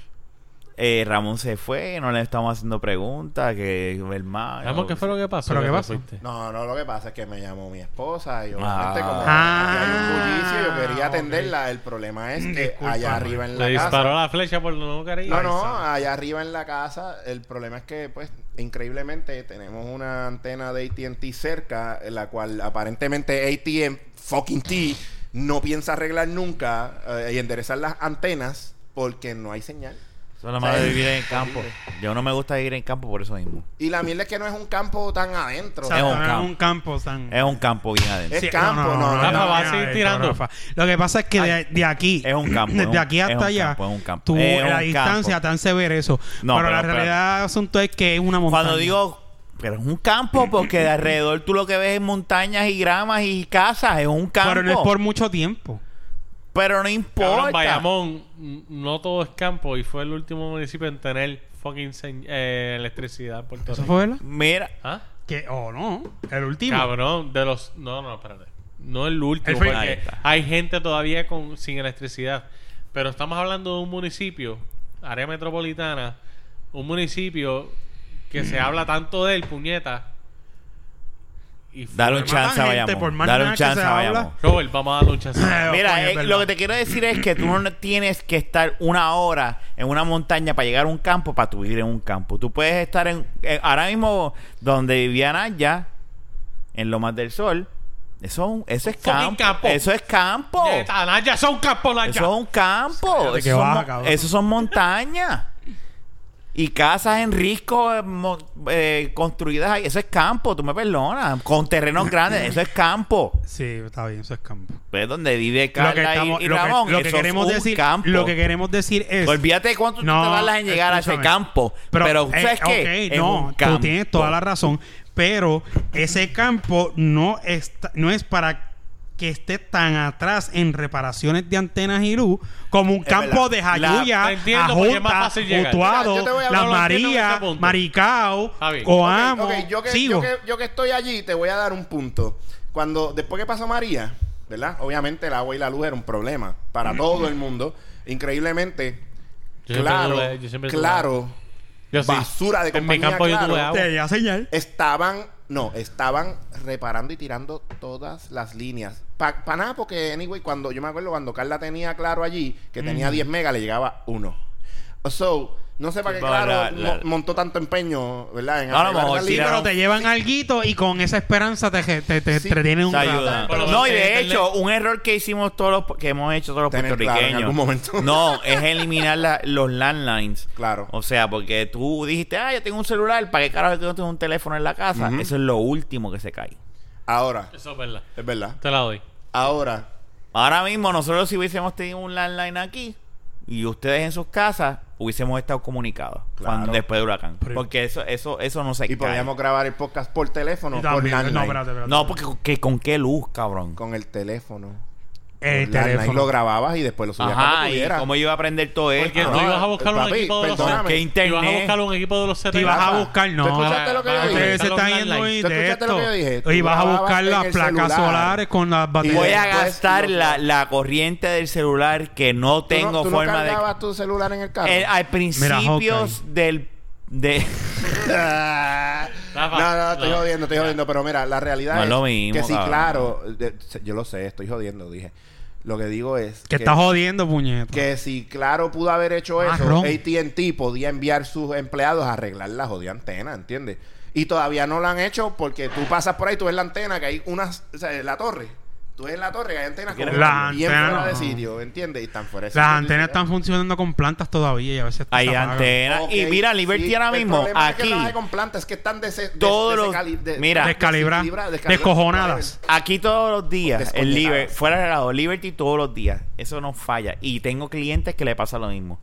eh, Ramón se fue, no le estamos haciendo preguntas, que el más. Ramón, ¿qué fue lo que pasó? ¿Pero qué que te pasó? fuiste? No, no, lo que pasa es que me llamó mi esposa y obviamente Ah. como Ah, aquí hay un bullicio, yo quería ok. atenderla. El problema es que Disculpa. allá arriba en la Le casa... disparó la flecha por no querer. No, no, allá arriba en la casa, el problema es que, pues, increíblemente tenemos una antena de A T and T cerca, en la cual aparentemente A T and fucking T no piensa arreglar nunca eh, y enderezar las antenas porque no hay señal. Eso es lo malo de vivir en campo. Yo no me gusta vivir en campo por eso mismo. Y la mierda es que no es un campo tan adentro. O sea, Es un no campo. un campo tan... Es un campo bien adentro. Es campo, no, no, Rafa, no. va a seguir tirando. Rafa. Lo que pasa es que de, de aquí, Es un campo, es desde un- aquí es hasta un allá, campo, es un campo. tú, Es la un distancia campo. tan severa eso. No, pero, pero la espérate. realidad del asunto es que es una montaña. Cuando digo, pero es un campo porque de alrededor tú lo que ves es montañas y gramas y casas. Es un campo. Pero no es por mucho tiempo. Pero no Cabrón, importa. Bayamón, n- no todo es campo y fue el último municipio en tener fucking se- eh, electricidad en Puerto ¿Eso Rico. fue verdad? Mira, ¿Ah? Que, oh, no. El último. Cabrón, de los... No, no, espérate. No el último, El fue- Ahí porque está. hay gente todavía con sin electricidad. Pero estamos hablando de un municipio, área metropolitana, un municipio que se habla tanto de él, puñeta, Y Dale un Por más chance a gente, Bayamón. por más Dale nada un que chance se a habla. Bayamón. Robert, vamos a darle un chance. Eh, Mira, coño, es eh, verdad. lo que te quiero decir es que tú no tienes que estar una hora en una montaña para llegar a un campo para tú vivir en un campo. Tú puedes estar en... eh, ahora mismo, donde vivía Naya, en Lomas del Sol, eso, eso es Fucking campo. campo. Eso es campo. Ya, Naya, son campos, Naya. Eso es un campo. Cállate que Eso son, baja, mo- cabrón. eso son montañas. Y casas en risco eh, mo- eh, construidas ahí. Eso es campo, tú me perdonas. Con terrenos grandes, eso es campo. Sí, está bien, eso es campo. Pues donde vive Lo Carla que, estamos- y, y lo que- Ramón, lo que eso queremos es un decir, campo. lo que queremos decir es, Olvídate de cuánto No, tú te tardas en llegar a ese escúchame. campo. Pero, eh, ¿sabes qué? ok, Es no, un tú campo. tienes toda la razón. Pero ese campo no, está, no es para que esté tan atrás en reparaciones de antenas y luz como un Es campo verdad. de La- Jayuya, te entiendo porque es más Ajunta, fácil llegar. Utuado, Mira, yo te voy a Las hablar- no lo entiendo en Marías, ese punto. Maricao, Está bien. Coamo. Ok, ok, yo, que, Sigo. yo, que, yo que estoy allí, te voy a dar un punto. Cuando, después que pasó María, ¿verdad? Obviamente el agua y la luz era un problema para todo el mundo. Increíblemente, Yo siempre claro, tuve- yo siempre tuve claro, Yo sí. basura de En mi compañía, campo yo claro, tuve agua. Te da señal. estaban, no, estaban reparando y tirando todas las líneas. Para nada, porque, anyway, cuando yo me acuerdo cuando Carla tenía Claro allí, que tenía diez megas, le llegaba uno. So, no sé para qué Sí, Claro la- la- mo- montó tanto empeño, ¿verdad? En No, a lo arreglar mejor esas sí, líneas. Pero te llevan alguito y con esa esperanza te, te, te, te Sí, entretienen un Te rato. ayuda. Por lo No, y menos de en hecho, internet- un error que hicimos todos los, que hemos hecho todos los Tener Claro en puertorriqueños. algún momento. No, es eliminar la- los landlines. Claro. O sea, porque tú dijiste, ah, yo tengo un celular, ¿para qué carajo yo tengo un teléfono en la casa? Ujú. Eso es lo último que se cae. Ahora, Eso es verdad. es verdad. Te la doy. Ahora, Ahora mismo, nosotros si hubiésemos tenido un landline aquí y ustedes en sus casas, hubiésemos estado comunicados Claro. cuando, después de huracán. Pero- Porque eso, eso, eso no se y cae. podíamos grabar el podcast por teléfono, Y por también- landline. no, espérate, espérate. No, porque ¿que- ¿con qué luz, cabrón? Con el teléfono. El Por landline teléfono. lo grababas y después lo subías cuando Ajá, y pudieras. cómo yo iba a aprender todo esto. Porque no, tú ibas a buscar un papi, equipo de los perdóname. ¿Qué Ibas a internet? buscar un equipo de los Te ibas a Rafa, buscar, no. ¿tú escuchaste lo que yo Para- dije? Ustedes se los están yendo landlines. y ¿Tú de escuchaste esto. lo que yo dije? Tú Y vas a grababas buscar en las el placas celular. solares con las Y baterías. Voy a después gastar lo- la, la corriente del celular que no ¿Tú tengo no, tú no forma de... cargabas tu celular en el carro? Eh, al principios Hawkeye. del... De... Ah, Rafa, no, no, estoy no. jodiendo, estoy jodiendo. Pero mira, la realidad No es es lo mismo, que sí, cabrón. claro, de- yo lo sé, estoy jodiendo, dije. Lo que digo es Que está jodiendo, puñeta. que si Claro pudo haber hecho eso, Marrón. A T and T podía enviar sus empleados a arreglar la jodida antena, ¿entiendes? Y todavía no lo han hecho porque tú pasas por ahí, tú ves la antena, que hay unas, o sea, la torre. Tú ves la torre, que hay antenas como La bien antena, fuera de no. sitio, ¿entiendes? Y están fuera de Las sitio, antenas dice, están funcionando con plantas todavía y a veces Hay se apagan. antenas. Ok, Y mira, Liberty sí, ahora el mismo, problema es que aquí... trabaje con plantas, es que están dese- des- Todos los- desecali- de- mira, Descalibra- desequilibra- descalibra- descojonadas. Aquí todos los días, el Descoñetadas. Liberty, fuera de lado, Liberty todos los días. Eso no falla. Y tengo clientes que le pasa lo mismo.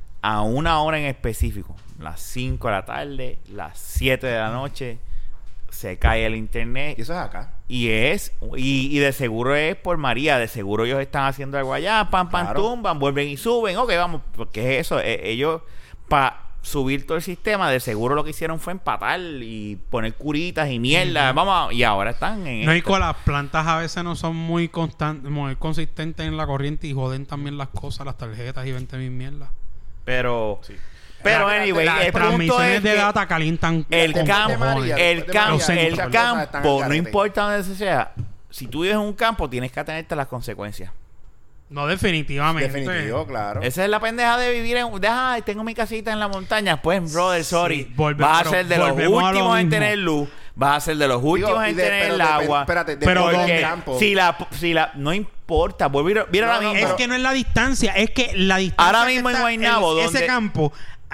A una hora en específico, las cinco de la tarde, las siete de la noche, se cae el Y internet. eso es acá. Y es, y, y de seguro es por María, de seguro ellos están haciendo algo allá, pam, pam, Claro. tumban, vuelven y suben. Ok, vamos, porque es eso. eh, ellos, para subir todo el sistema, de seguro lo que hicieron fue empatar y poner curitas y mierda. Vamos, a- y ahora están en. No, y esto. con las plantas a veces no son muy constantes, muy consistentes en la corriente y joden también las cosas, las tarjetas y veinte mil mierdas. Pero, pero, La- anyway, Las el punto transmisiones es de que data calientan el con campo, cojones. María, el después de campo, María, el muchas cosas están al campo, no garete. importa dónde se sea. Si tú vives en un campo, tienes que atenerte a las consecuencias. No, definitivamente. Definitivo, claro. Esa es la pendeja de vivir en... Deja, ay, tengo mi casita en la montaña. Pues, brother, sorry. Sí, volve- vas a pero ser de los volvemos a lo últimos en mismo. tener luz. Vas a ser de los últimos y en de- tener pero el depen- agua. espérate, Pero depende del Porque campo. si la... Si la no importa. Vuelve, mira, mira No, ahora no, mismo. Es que no es la distancia, es que la distancia. Ahora que mismo en está Guaynabo, el- donde- ese campo,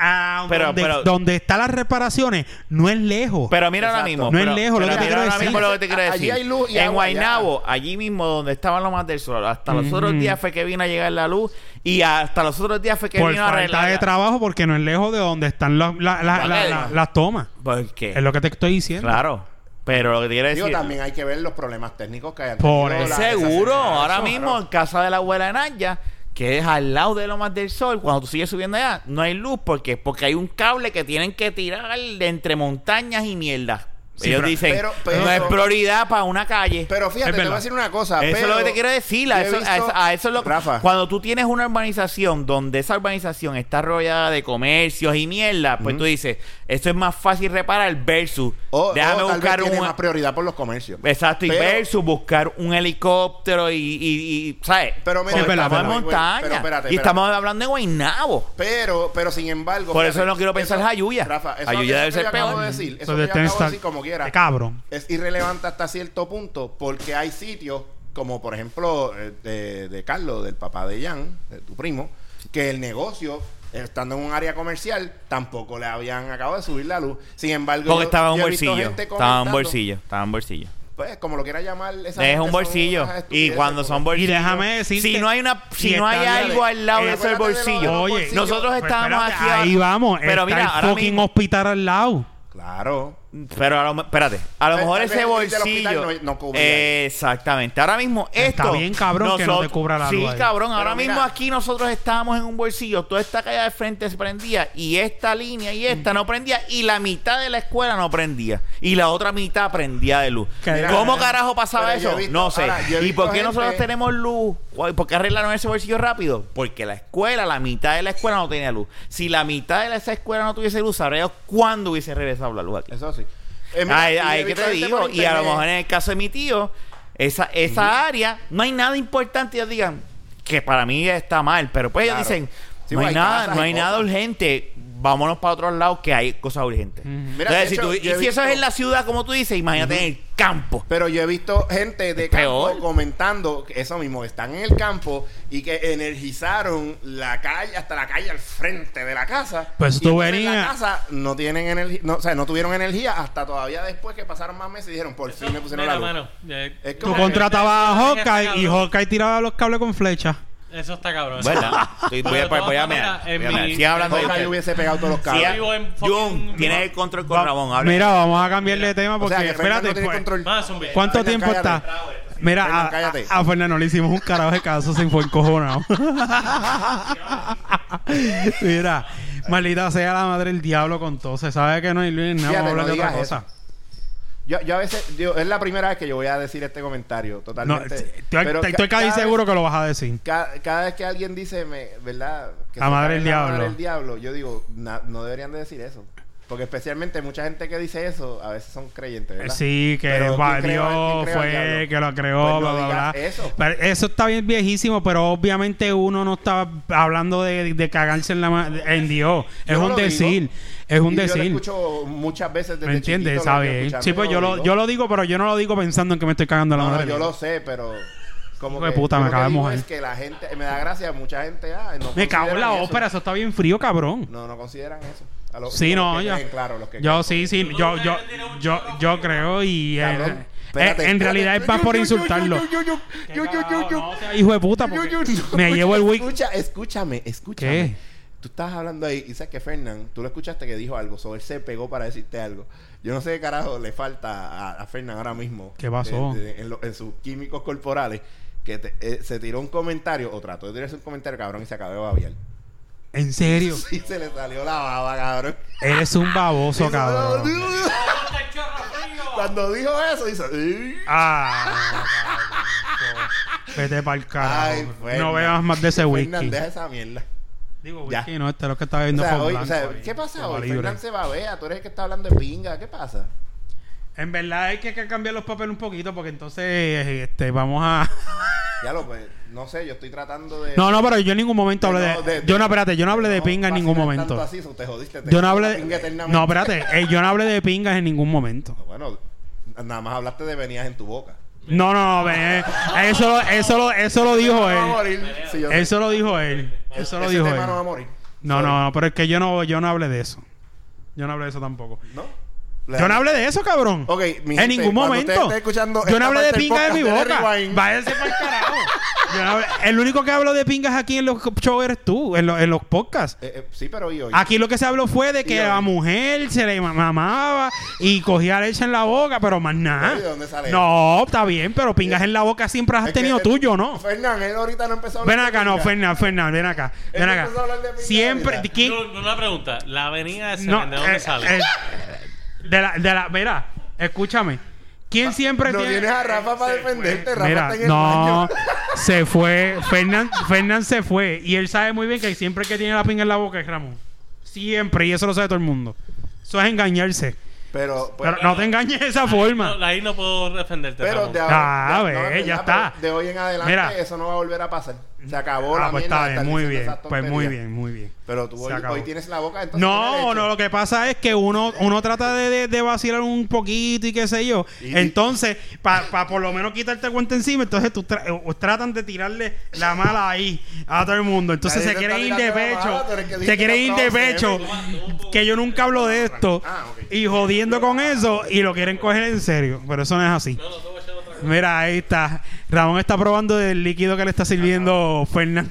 a Pero- donde, pero- donde están las reparaciones, no es lejos. Pero mira ahora Exacto. mismo. No es pero- lejos, lo pero que te mira quiero ahora decir. mismo lo que te quiero Allí decir. hay luz y en agua, Guaynabo, allí mismo donde estaban los más del sol, hasta los Ujú. otros días fue que vino a llegar la luz y hasta los otros días fue que por vino a falta arreglar. de la- trabajo, porque no es lejos de donde están las la, la- la- la- las tomas. ¿Por qué? Es lo que te estoy diciendo. Claro. Pero lo que te quiero decir... Digo, también hay que ver los problemas técnicos que hayan Por tenido eso. la- Seguro, esa- ahora eso, mismo claro. en casa de la abuela de Naya, que es al lado de Lomas del Sol, cuando tú sigues subiendo allá, no hay luz. ¿Por qué? Porque hay un cable que tienen que tirar de entre montañas y mierda. Sí, Ellos pero- dicen, pero- pero- no es prioridad para una calle. Pero fíjate, Es te voy a verdad. decir una cosa. Eso pero es lo que te quiero decir. A yo he eso, a visto- eso- a eso es lo Rafa, Cuando tú tienes una urbanización donde esa urbanización está rodeada de comercios y mierda, pues tú dices, eso es más fácil reparar versus o, déjame o tal buscar vez tiene un. más prioridad por los comercios. Exacto, y Pero- versus buscar un helicóptero y, y, y ¿sabes? Pero mira, Porque es verdad, estamos en güey, güey, montaña. pero espérate, y espérate. estamos hablando de Guaynabo. Pero, pero sin embargo. Por fíjate, eso no quiero pensar en Jayuya. Rafa, eso, Jayuya eso debe que ser yo acabo peor. de decir, eso Eso que de yo tener acabo de esta- decir como quiera. de cabrón. Es irrelevante hasta cierto punto porque hay sitios como por ejemplo eh, de, de Carlos, del papá de Jan, de tu primo, que el negocio estando en un área comercial tampoco le habían acabado de subir la luz. Sin embargo, Porque yo- estaba en un yo he visto bolsillo. gente Estaba en un comentando, bolsillo. Estaba en un bolsillo. Pues como lo quiera llamar, esa Es gente un son bolsillo. unas Y estupideces, cuando porque- son bolsillos. Y déjame decirte- Si no hay una, si y no hay está- algo al lado eh, de ese acuérdate de lo de bolsillo. los Oye, bolsillos. Nosotros Pues estábamos espérate, aquí. ahí vamos. Pero está mira, el ahora fucking mismo. hospital al lado. Claro. Pero a lo, espérate, a lo Eh, mejor tal ese vez el del hospital bolsillo. no- no cubría. Eh, exactamente. Ahora mismo Está esto. bien, cabrón, que no te cubra la Sí, luz ahí. cabrón. Pero Ahora mira. mismo aquí nosotros estábamos en un bolsillo. Toda esta calle de frente se prendía. Y esta línea y esta no prendía. Y la mitad de la escuela no prendía. Y la otra mitad prendía de luz. Que- Mira, ¿Cómo eh, carajo pasaba pero yo he eso? visto- no sé. ahora, yo he ¿Y visto por qué gente- nosotros tenemos luz? Guay, ¿por qué arreglaron ese bolsillo rápido? Porque la escuela, la mitad de la escuela no tenía luz. Si la mitad de esa escuela no tuviese luz, sabría cuándo hubiese regresado la luz aquí. Eso sí. Eh, mira, Ay, y ay, he ¿qué visto te gente digo? por Y a lo internet- mejor en el caso de mi tío, esa, esa área, no hay nada importante. Ellos digan que para mí está mal, pero pues ellos Claro. dicen, Sí, no hay hay nada, casas no y hay nada cosas. urgente, vámonos para otros lados que hay cosas urgentes. Mira, Entonces, de si hecho, tú- yo y he si eso visto- es en la ciudad, como tú dices, imagínate en el campo. Pero yo he visto gente de Es campo peor. comentando que eso mismo, que están en el campo y que energizaron la calle, hasta la calle al frente de la casa. Pues Y tú entonces en venías- la casa no tienen energía, no, o sea, no tuvieron energía hasta todavía después que pasaron más meses y dijeron, por fin me pusieron Mira, la luz. mano, ya- Es Tú como- contratabas a Está Hawkeye y cabrón. Hawkeye tiraba los cables con flecha. Eso está cabrón. ¿Verdad? Estoy- voy a, Pero de voy a, todas mirar, maneras, en voy a mirar. mi- Sigan hablando de Hawkeye usted. hubiese pegado todos los Sí, cables. Yo vivo en fucking- Jun, tienes el control con Va- Ramón. habla. Mira, vamos a cambiarle de tema O porque, sea, que Fernan espérate, no tiene pues, control. Más zumbi. ¿cuánto Fernan, tiempo cállate. está? Mira, Fernan, a, cállate. a, a Fernando le hicimos un carajo de caso, se fue encojonado. Mira, maldita sea la madre del diablo con todo. Se sabe que no hay nada, vamos a Fíjate, hablar no de otra digas cosa. Yo, yo a veces, yo- es la primera vez que yo voy a decir este comentario, No, totalmente. estoy, Pero estoy ca- casi cada seguro vez- que lo vas a decir. Cada, cada vez que alguien dice, me, ¿verdad? Que La se madre cae del la diablo. madre del diablo, yo digo, na- no deberían de decir eso. Porque especialmente mucha gente que dice eso, a veces son creyentes, ¿verdad? Sí, que Pero va, ¿quién creó- Dios quién creó al fue diablo? que lo creó, Pues no bla, bla, digas bla. eso. Pero eso está bien viejísimo, pero obviamente uno no está hablando de, de cagarse en, la, ma- en Dios. Es Yo un lo decir. digo. Es un Y Yo lo decir. escucho muchas veces desde ¿Me entiendes? chiquito, lo vengo ¿Sabes? escuchando Sí, y pues yo lo, digo. yo lo digo, pero yo no lo digo pensando en que me estoy cagando a la No, no, madre. yo lo sé, pero... Como Hijo de que puta, yo me lo que acabo de digo mojar. es que la gente... Me da gracia, mucha gente... Ah, no Me cago en la consideran eso. ópera, eso está bien frío, cabrón. No, no consideran eso. A los- Sí, los no, que yo, creen, claro, los que yo creen. sí, sí, yo, yo, yo, yo creo y eh, Cabrón, eh, espérate, en realidad es más por insultarlo. Yo, yo, yo, yo, yo, yo, yo, No sea hijo de puta, yo, porque yo, yo, me yo, llevo el week. Escucha, escúchame, escúchame. ¿Qué? Tú estabas hablando ahí y sabes que Fernán, tú lo escuchaste que dijo algo, sobre él se pegó para decirte algo. Yo no sé qué carajo le falta a, a Fernán ahora mismo. ¿Qué pasó? de- de- en, lo- en sus químicos corporales, que te- eh, se tiró un comentario, o trató de tirarse un comentario, cabrón, y se acabó de babiar. En serio, Sí, se le salió la baba, cabrón. eres un baboso, cabrón. Cuando dijo eso, hizo... "Ey". Ah, vete para el carajo. Ay, Fernan. No veas más de ese Fernán, whisky. deja esa mierda. Digo, Ya. whisky no, este es lo que está O viendo sea, por hoy- blanco o sea, ahí. ¿qué pasa Toma hoy? libre. Fernán se babea, tú eres el que está hablando de pinga, ¿qué pasa? En verdad hay que que cambiar los papeles un poquito porque entonces este, vamos a... Ya lo, pues, no sé, yo estoy tratando de... No, no, pero yo en ningún momento hablé de... no, de- Yo no, espérate, yo no hablé de no pinga en ningún vacilar momento. tanto así, so te jodiste, te Yo no jodiste hablé la de... pinga eternamente. No, espérate, eh, yo no hablé de pingas en ningún momento. Bueno, nada más hablaste de venías en tu boca. No, no, no, ve, eh, eso, lo- eso, lo- eso lo dijo No va a él. morir. Sí, yo sé. Eso lo dijo él. Eso lo Ese dijo tema él. no va a morir. No, Sorry. no, no, pero es que yo no, yo no hablé de eso. Yo no hablé de eso tampoco. ¿No? Le- Yo no hablé de eso, cabrón. Ok, mi en gente, ningún cuando momento. usted esté escuchando Yo esta no hablé de parte del pingas en mi podcast de boca. Rewind. Váyase para el carajo. Yo no hablé- el único que hablo de pingas aquí en los shows eres tú, en, los- en los podcasts. Eh, eh, sí, pero ¿y hoy? Aquí lo que se habló fue de que ¿Y a la hoy? mujer se le mamaba y cogía leche en la boca, pero más ¿Y nada. de dónde sale No, está bien, pero pingas en la boca siempre has Es que, tenido eh, tuyo, ¿no? Fernán, él ahorita no empezó a hablar Ven de acá, no, pinga. Fernán, Fernán, ven acá. Él Ven no acá. empezó a hablar de pinga Siempre. ahorita. ¿quién- Yo- una pregunta. La avenida de No, Semen, ¿de dónde eh, sale? eh, de la, de la, mira, Escúchame. ¿Quién siempre no tiene...? tienes a Rafa para defenderte. Rafa Mira, está en el no, baño. se fue. Fernán, Fernán se fue. Y él sabe muy bien que siempre que tiene la pinga en la boca es Ramón. Siempre. Y eso lo sabe todo el mundo. Eso es engañarse. Pero, pues, Pero no te engañes de esa forma. No, ahí no puedo defenderte. pero Ramón. de ahora, Ah, de- ve, no, de ya verdad, está. pero de hoy en adelante Mira. eso no va a volver a pasar. Se acabó la Ah, pues mierda está de bien, estar muy diciendo bien. esas Pues muy tonterías. bien, muy bien. Pero tú Se hoy, acabó. hoy tienes la boca, entonces No, tienes no, leche. lo que pasa es que uno, uno trata de, de, de vacilar un poquito y qué sé yo. Y- Entonces, para pa por lo menos quitarte el cuento encima, entonces tú tra o tratan de tirarle la mala ahí a todo el mundo. Entonces Nadie se te quieren ir está de tirando la pecho. mala, tú eres que Se dijiste quieren que ir de aplausos, pecho. Que yo nunca hablo de esto. Ah, ok. Y jodiendo con eso y lo quieren coger en serio. Pero eso no es así. Mira, ahí está. Ramón está probando el líquido que le está sirviendo Fernando.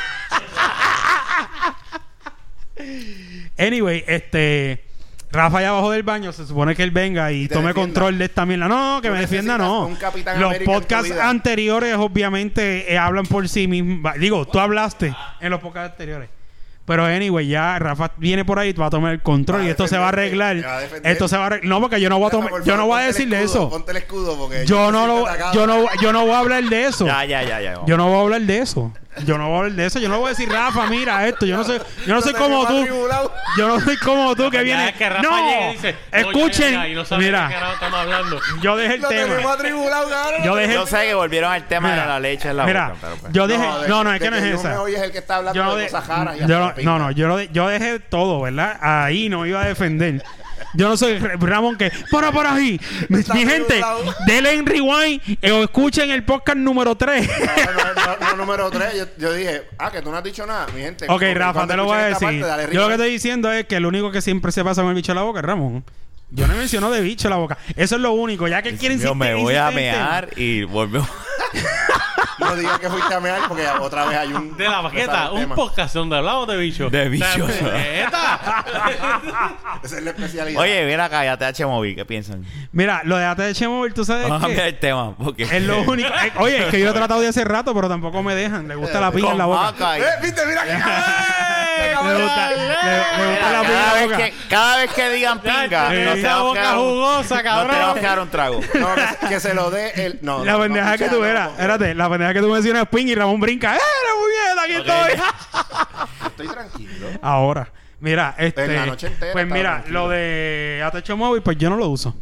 Anyway, este Rafa ya abajo del baño, se supone que él venga y te tome defienda. control de esta mierda. No, que Tú me defienda, necesitas no. un Capitán Los América en tu podcasts vida. anteriores obviamente eh, hablan por sí mismos. Digo, tú hablaste en los podcasts anteriores. Pero anyway, ya Rafa viene por ahí, va a tomar el control Va a y esto se va a defenderte, arreglar. te va a defender. Esto se va a arreglar. No, porque yo no voy a Rafa, tomar, por yo no favor, voy a ponte el decirle escudo, eso. Ponte el escudo porque Yo me no siento lo, atacado. yo no, yo no voy a hablar de eso. Ya, ya, ya, ya. Yo no voy a hablar de eso. Yo no voy a hablar de eso. Yo no voy a decir, Rafa, mira esto. Yo no soy, yo no soy Lo como tú. tenemos atribulado. Yo no soy como tú que Ya viene. es que Rafa No, llega y dice, escuchen. "No, ya, ya, ya", y no sabe de qué Mira, carajo estamos hablando. yo dejé el Lo tenemos tema. atribulado, cabrón. Yo dejé Yo sé que volvieron al tema Mira, de la leche en la mira, boca, pero pues. yo dejé. de- No, no, es de que no es yo esa. me oye es el que está hablando Yo no, de de- cosas jaras y yo hasta no, la pinga. no, no, yo, lo de- yo dejé todo, ¿verdad? Ahí no iba a defender. Yo no soy Ra- Ramón que para por ahí. Mi, Está mi gente, regulado. denle en rewind eh, o escuchen el podcast número tres. No, no, no, no, número tres. Yo, yo dije, ah, que tú no has dicho nada, mi gente. Ok, Ok, Rafa, cuando te lo voy a escuchen esta decir. parte, dale Yo lo que rewind. estoy diciendo es que el único que siempre se pasa con el bicho en la boca es Ramón. Yo no menciono de bicho en la boca. Eso es lo único. Ya que quieren Yo me insistir- voy a insistir en el tema. mear y volvemos. No digas que fuiste a mear porque otra vez hay un... De la baqueta, un podcast donde hablamos de bichos. De bichos. ¡Neta! Esa es la especialidad. Oye, mira acá, ya te H Móvil, ¿qué piensan? Mira, lo de A T H Móvil, tú sabes Vamos a que cambiar el tema. Porque es lo único. eh, oye, es que yo lo he tratado de hace rato, pero tampoco me dejan. Le gusta la piña en la Con boca. maca y- ¡Eh, viste, mira que... Le gusta, le, le gusta la piña en Cada la vez, boca. que, cada vez que digan pinga, Ya, nos esa tenemos que boca dar un- jugosa, nos cabrón. tenemos que dar un trago. No, que, que se lo dé el... No, La no, pendeja no, que escucha, tú no, eras, no. espérate, la pendeja que tú mencionas ping y Ramón brinca. ¡Eh, la puñeta, aquí Ok. estoy! Estoy tranquilo. Ahora, mira, este. En la noche entera pues estaba mira, tranquilo. lo de A T H Móvil, pues yo no lo uso.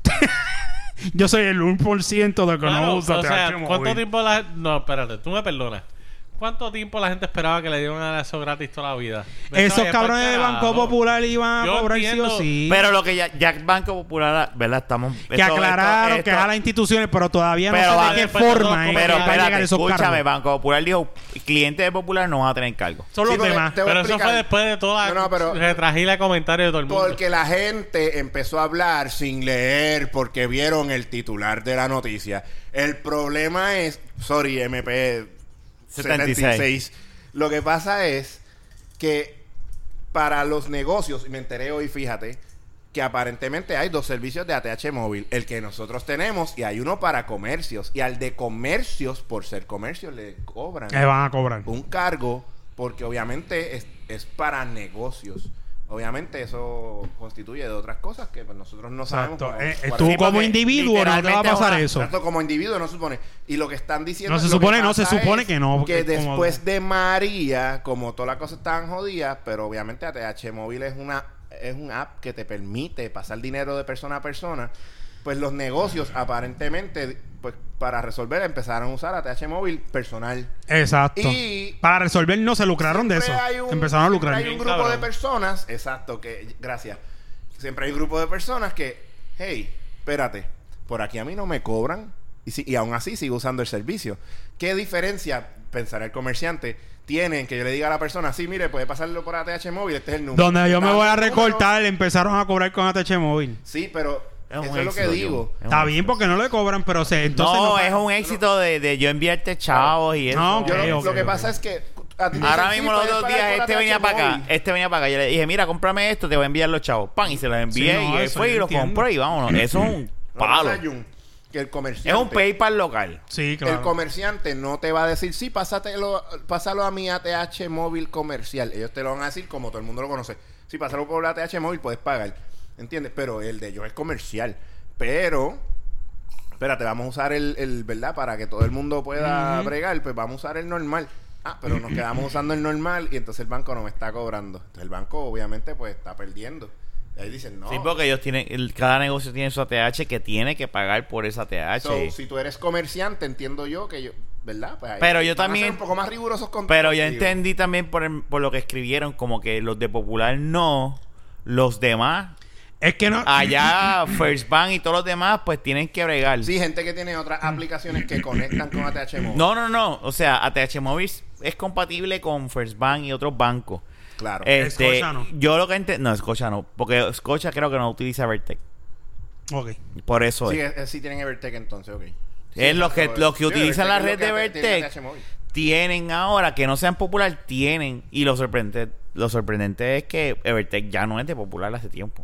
Yo soy el uno por ciento de que Claro, no usa o sea, A T H ¿cuánto Móvil. tiempo la No, espérate, tú me perdonas. ¿Cuánto tiempo la gente esperaba que le dieran eso gratis toda la vida? Vete Esos vaya cabrones pa'l de Banco carajo. Popular iban a Yo cobrar sí entiendo, o sí. Pero lo que ya, ya Banco Popular, ¿verdad? Estamos. que esto- aclararon esto- que esto- es a las instituciones, pero todavía Pero no va- sé de qué después de todo, forma eh, como Pero van a llegar espérate, esos escúchame, cargos. Banco Popular dijo, clientes de Popular no van a tener cargo. Son Sí, los porque demás. te voy a Pero eso explicar. fue después de toda No, la no, pero- retragila de comentarios de todo el mundo. Porque la gente empezó a hablar sin leer porque vieron el titular de la noticia. El problema es, sorry, M P setenta y seis. Lo que pasa es que para los negocios, y me enteré hoy, fíjate, que aparentemente hay dos servicios de A T H Móvil, el que nosotros tenemos y hay uno para comercios. Y al de comercios, por ser comercio, le cobran Que van a cobrar. un cargo porque obviamente es, es para negocios. Obviamente eso constituye de otras cosas que pues, nosotros no sabemos. Exacto. cómo- Eh, eh, cuáles tú son. como porque individuo no te va a literalmente pasar una- eso. Exacto, como individuo no se supone. Y lo que están diciendo... No se lo que supone, no, se pasa supone es que no, porque Que es como- después de María, como todas las cosas estaban jodidas, pero obviamente A T H Móvil es una es un app que te permite pasar dinero de persona a persona, pues los negocios aparentemente, pues para resolver empezaron a usar A T H Móvil personal. Exacto. Y- Para resolver no se lucraron de eso. Siempre hay un- Empezaron a siempre lucrar. Hay un Bien grupo cabrón. de personas, exacto, que gracias. Siempre hay un grupo de personas que, hey, espérate, por aquí a mí no me cobran y, si, y aún así sigo usando el servicio. ¿Qué diferencia, pensará el comerciante, tienen que yo le diga a la persona, sí, mire, puede pasarlo por A T H Móvil, este es el número? Donde yo me Dame voy a el número. recortar, empezaron a cobrar con A T H Móvil. Sí, pero Es un eso es lo que éxito, digo. John. Es un Está bien éxito. porque no le cobran, pero se, entonces no, no, es un éxito de, de yo enviarte chavos y eso. No, Yo ok, lo, ok, lo que ok. pasa es que a ti te Ahora dicen, mismo sí, los puedes otros pagar días por este A T H venía para acá, Móvil. este venía para acá. Yo le dije, mira, cómprame esto, te voy a enviar los chavos. Pan, y se los envié Sí, no, y él eso fue yo y los entiendo. compró y vámonos. Eso es un Lo que palo. pasa, Jun, que el comerciante... Es un PayPal local. Sí, El claro. comerciante no te va a decir, sí, pásatelo, pásalo a mi A T H Móvil comercial. Ellos te lo van a decir como todo el mundo lo conoce. Sí, pásalo por la A T H Móvil, puedes pagar. ¿Entiendes? Pero el de ellos es comercial. pero espérate, vamos a usar el, el ¿verdad? Para que todo el mundo pueda Ujú. bregar, pues vamos a usar el normal. Ah, pero nos quedamos usando el normal y entonces el banco no me está cobrando. Entonces el banco obviamente pues está perdiendo. Y ahí dicen, no. Sí, porque ellos tienen, el- cada negocio tiene su A T H que tiene que pagar por esa A T H. So, si tú eres comerciante, entiendo yo que yo, ¿verdad? Pues ahí Pero yo van a también- ser un poco más rigurosos con Pero yo contigo. entendí también por, el- por lo que escribieron, como que los de Popular no, los demás, Es que no. allá First Bank y todos los demás, pues tienen que bregar. Sí, gente que tiene otras aplicaciones que conectan con A T H Móvil. No, no, no. O sea, A T H Móvil es compatible con First Bank y otros bancos. Claro. Este, Scotia no. Yo lo que entiendo... No, Scotia no. Porque Scotia creo que no utiliza Vertec. Ok. Por eso sí, es. es, es- sí tienen Evertech entonces, ok. Es los que, los que Sí, utilizan la Evertech red es lo de que tiene A T H Vertec. Móvil. Tienen ahora, que no sean Popular, tienen. Y lo sorprendente, lo sorprendente es que Evertec ya no es de Popular hace tiempo.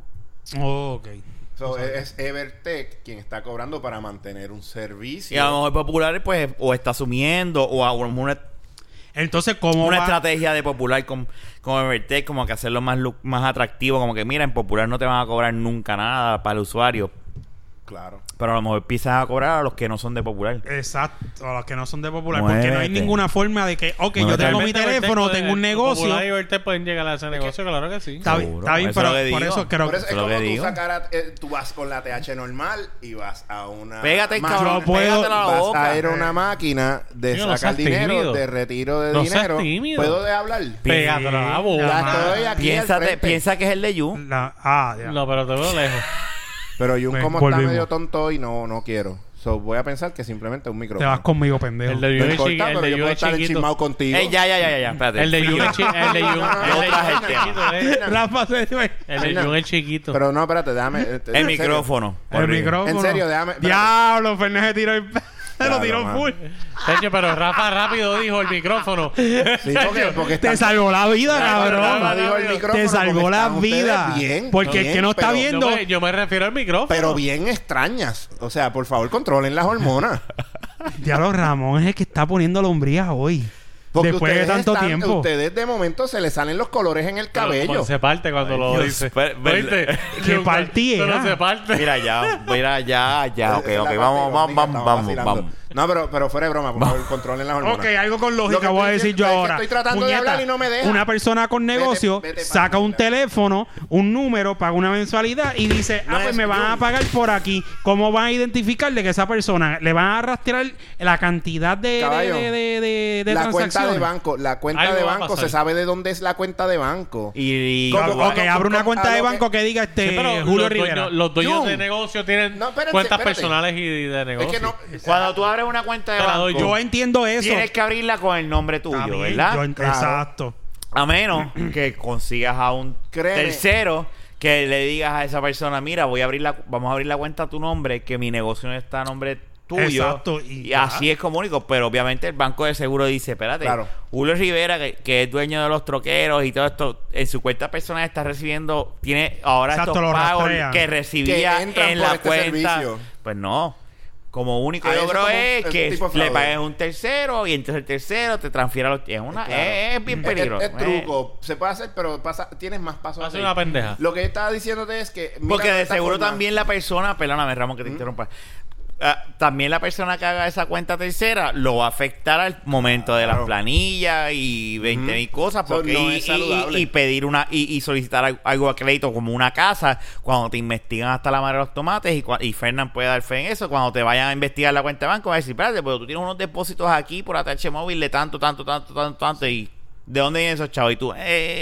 Ok. So, es Evertech quien está cobrando para mantener un servicio. Y a lo mejor Popular, pues, o está asumiendo, o a o una, Entonces, ¿cómo una va? estrategia de Popular con, con Evertec, como que hacerlo más, lu- más atractivo. Como que, mira, en Popular no te van a cobrar nunca nada para el usuario. Claro. Pero a lo mejor empiezan a cobrar a los que no son de Popular. Exacto, a los que no son de Popular. Porque no hay Muévete. ninguna forma de que, ok, yo Muévete. tengo mi Realmente teléfono, Vertec tengo un puede- negocio. Popular y Vertec pueden llegar a ese negocio, claro que sí. Está bien, Seguro, está bien, eso pero es lo que por digo. eso creo Por eso que. es lo como que tú digo. sacar a- eh, tú vas con la T H normal y vas a una Pégate, máquina- cabrón, Yo puedo- pégatela a la vas boca. a ir a una máquina de Tío, no sacar seas dinero, tímido. de retiro de No seas dinero. tímido. ¿Puedo de hablar? Pégatelo a la boca. Ya Ah, estoy aquí al Piénsate, frente. piensa que es el de You. La- ah, ya. No, pero te veo lejos. Pero Jun Ven, como está volvimos. medio tonto y no, no quiero. So, voy a pensar que simplemente es un Te micrófono. vas conmigo, pendejo. El de No You es importa, chiqui- el pero de yo You puedo es estar chiquito. enchismado contigo. Ey, ya, ya, ya, ya, ya, espérate. El de You es chi- el de You- No, no, no, el de no, You no, es no, chiquito, no, eh. no. Rafa se fue. El de You es chiquito. Pero no, espérate, déjame. eh, en El serio. micrófono. El Horrible. micrófono. En serio, déjame- espérate. Diablo, Fernández tiró el. Se lo Claro, tiró mano. full. Techo, pero Rafa rápido dijo el micrófono. Sí, porque, porque Te está- salvó la vida, Rafa cabrón. dijo el micrófono Te salvó porque la están ustedes vida. bien, Porque bien, el que no está pero- viendo. Yo me, yo me refiero al micrófono. Pero bien extrañas. O sea, por favor, controlen las hormonas. Diablo, Ramón es el que está poniendo lombrías hoy. Porque Después de ustedes tanto están- tiempo. Ustedes de momento se les salen los colores en el Pero cabello. como se parte cuando lo Dios, dice. pero- pero- ¿Oíste? ¿Qué Yo- partí Pero era? se parte. Mira ya, mira ya, ya, ok, Esa es la ok, parte vamos, vamos, irónica, vamos, estamos vamos, vacilando. vamos. No, pero, pero fuera de broma, por favor, controlen las hormonas. Ok, algo con Lo lógica que voy a estoy decir yo diciendo es que ahora. estoy tratando de Puñeta, hablar y no me deja. Una persona con negocio Vete, vete, saca un mira. teléfono, un número, paga una mensualidad y dice, No ah, pues es me van yo. a pagar por aquí. ¿Cómo van a identificar de que esa persona le van a rastrear la cantidad de, de, Caballo, de, de, de- de la cuenta transacciones? de banco, la cuenta Algo de va a banco, pasar. se sabe de dónde es la cuenta de banco. Y, y- ¿Cómo? Ok, Como- abre una como- cuenta a de lo que- banco que diga este Sí, pero Julio los Rivera. dueños, los dueños Jun. de negocio tienen No, espérate, cuentas espérate. personales y de Es negocio. que no. Cuando tú abres una cuenta de Te la doy banco, Yo entiendo eso. tienes que abrirla con el nombre tuyo, Está bien, ¿verdad? yo en- Claro. Exacto. A menos que consigas a un Créeme. tercero que le digas a esa persona, mira, voy a abrir la, vamos a abrir la cuenta a tu nombre, que mi negocio no está a nombre tuyo. Exacto, y Y, ya. así es como único. Pero obviamente el banco de seguro dice, espérate, Claro. Julio Rivera, que, que es dueño de los troqueros y todo esto, en su cuenta personal está recibiendo, tiene ahora Exacto, estos lo pagos rastrean. que recibía Que entran en por la este cuenta. servicio. Pues no. Como único Ah, eso logro como- es es un que tipo de le fraude. pagues un tercero y entonces el tercero te transfiera los... Es, una, Claro. es, es bien Es- peligroso. Es, es truco. Se puede hacer, pero pasa, tienes más pasos. a Hace seguir. una pendeja. Lo que yo estaba diciéndote es que. mira Porque de esta seguro forma. también la persona, perdóname Ramón que te interrumpa, ah, también la persona que haga esa cuenta tercera lo va a afectar al momento de las Claro. planillas y veinte mil cosas Eso porque no y, es y- saludable. y pedir una y, y solicitar al- algo a crédito como una casa cuando te investigan hasta la madre de los tomates y, cua- y Fernán puede dar fe en eso cuando te vayan a investigar la cuenta de banco va a decir, espérate, pero tú tienes unos depósitos aquí por A T H móvil de tanto, tanto, tanto, tanto, tanto y ¿de dónde vienen esos chavos? Y tú,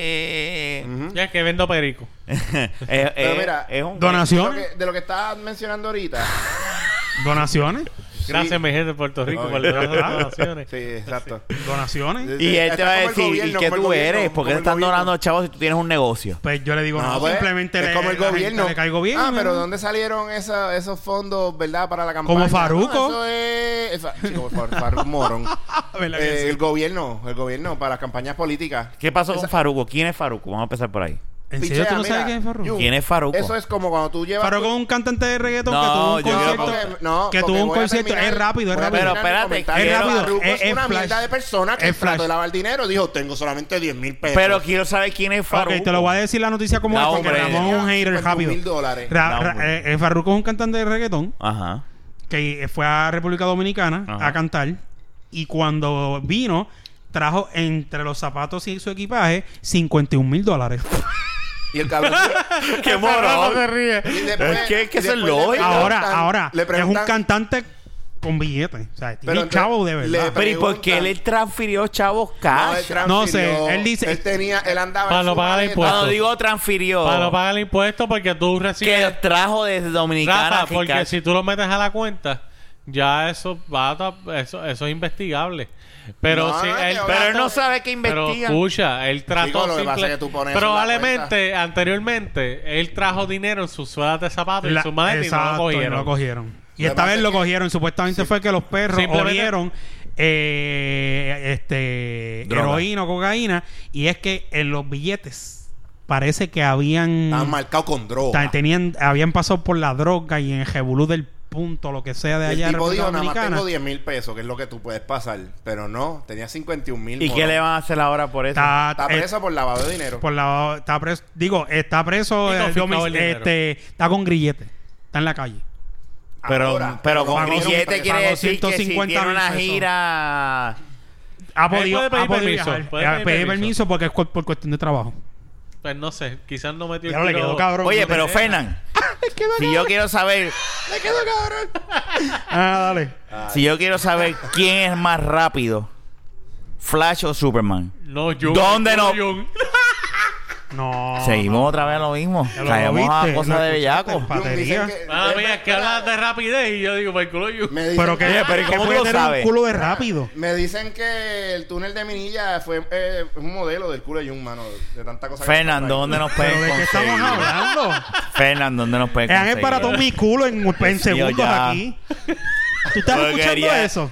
eh, Ujú. Ya es que vendo perico. es, Pero es- mira, es un De lo, ¿Donaciones? que, de lo que estabas mencionando ahorita. ¿Donaciones? Gracias, Sí. mi gente de Puerto Rico, Ok. por las donaciones. Sí, exacto. ¿Donaciones? Y él Está te va a como el decir, gobierno, ¿y qué como el tú gobierno, eres? ¿Por como qué te el están gobierno. donando chavos si tú tienes un negocio? Pues yo le digo, no, pues, simplemente es le, como el la gobierno. gente le cae el gobierno. Ah, pero ¿dónde salieron esa- esos fondos, verdad, para la campaña? Como Farruko. No, eso es... esa- sí, como Far- Farruko Morón. ¿Verdad que Eh, sí? el gobierno, el gobierno para las campañas políticas. ¿Qué pasó Esa- con Faruco? ¿Quién es Faruco? Vamos a empezar por ahí. ¿En serio pichea, tú no mira, sabes quién es Farruko? Jun, ¿Quién es Farruko? Eso es como cuando tú llevas... Farruko tu- es un cantante de reggaetón No, que tuvo un yo creo concierto. porque- no, que porque tuvo un voy a concierto. terminar- Es rápido, es voy a rápido. Pero terminar mi espérate, comentario. es rápido, Farruko es- es, es una flash. mierda de persona que Es flash. trató de lavar dinero. Dijo, tengo solamente diez mil pesos. Pero quiero saber quién es Farruko. Ok, te lo voy a decir la noticia como No, es, porque hombre. Ramón es un hater rápido. mil dólares. Ra- No, Ra- hombre. eh, eh, Farruko es un cantante de reggaetón Ajá. que fue a República Dominicana Ajá. a cantar, y cuando vino trajo entre los zapatos y su equipaje cincuenta y un mil dólares. Y el cabrón... ¡Qué No morón! se ríe. y después- Es que- es que y eso es después le lógico. Ahora, preguntan- ahora le es un preguntan- cantante con billetes, o sea, tiene Pero chavo de le- verdad. Pero ¿y por qué preguntan- él transfirió chavos No, él cash? transfirió- No sé, él dice- Él tenía... Él andaba... Para en no su pagar maleta. impuestos. Cuando digo transfirió, Para no pagar el impuesto porque tú que recibes... trajo desde Dominicana Rafa, a porque Ficar. si tú lo metes a la cuenta, ya eso va a ta- eso, eso es investigable. Pero No, si no, es él que Pero él Gato- no sabe que pero investiga. escucha, él trató Chico, lo que pasa simple- es que tú pones eso en la probablemente anteriormente él trajo dinero en sus suelas de zapatos y La- en sus maletas y no exacto, lo y cogieron. no lo cogieron. Y Lo que esta pasa vez es lo que- cogieron. Supuestamente fue que los perros Simplemente- olieron eh, este Droga. heroína o cocaína. Y es que en los billetes parece que habían Estaban marcados con droga. ta- tenían habían pasado por la droga y en el revolú del punto, lo que sea de Y allá el de tipo República dijo, nada más Dominicana. tengo diez mil pesos, que es lo que tú puedes pasar. Pero no, tenía cincuenta y un mil. ¿Y qué le van a hacer ahora por eso? Está, Está eh, preso por lavado de dinero. por la, está preso, digo, está preso, Y eh, confiscado domic- el dinero. este, está con grillete, está en la calle. Pero, Ahora, pero con pagó- grillete pagó quiere decir que si ciento cincuenta tiene una mil pesos. gira... Ha podido, puede pedir ha podido permiso, viajar. puede Eh, pedir pedir permiso. permiso porque es cu- por cuestión de trabajo. Pues no sé, quizás no metió Ya el le tiro- quedó cabrón. Oye, no te- pero Fernan, si yo quiero saber, Le quedó cabrón. Ah, dale. si yo quiero saber quién es más rápido, Flash o Superman, No, yo. ¿Dónde no? Yo- No. seguimos otra vez a lo mismo. Ya lo Caemos a viste, cosas lo de bellaco. escuchaste. Jun, dicen batería. que- Ah, eh, mira, es que espera, hablas de rapidez y yo digo, para el culo yo. Me dicen, Pero que, Oye, pero ¿y que cómo tú puede lo tener sabes? un culo de rápido. me dicen que el túnel de Minilla fue eh, un modelo del culo de Jun, mano. De tanta cosa que Fernando, se ¿dónde nos ¿Pero pueden de qué conseguir? estamos hablando? Fernando, ¿dónde nos pueden Han conseguir? embaratado mi culo en, en segundos ya. aquí. ¿Tú estás escuchando Porquería. eso?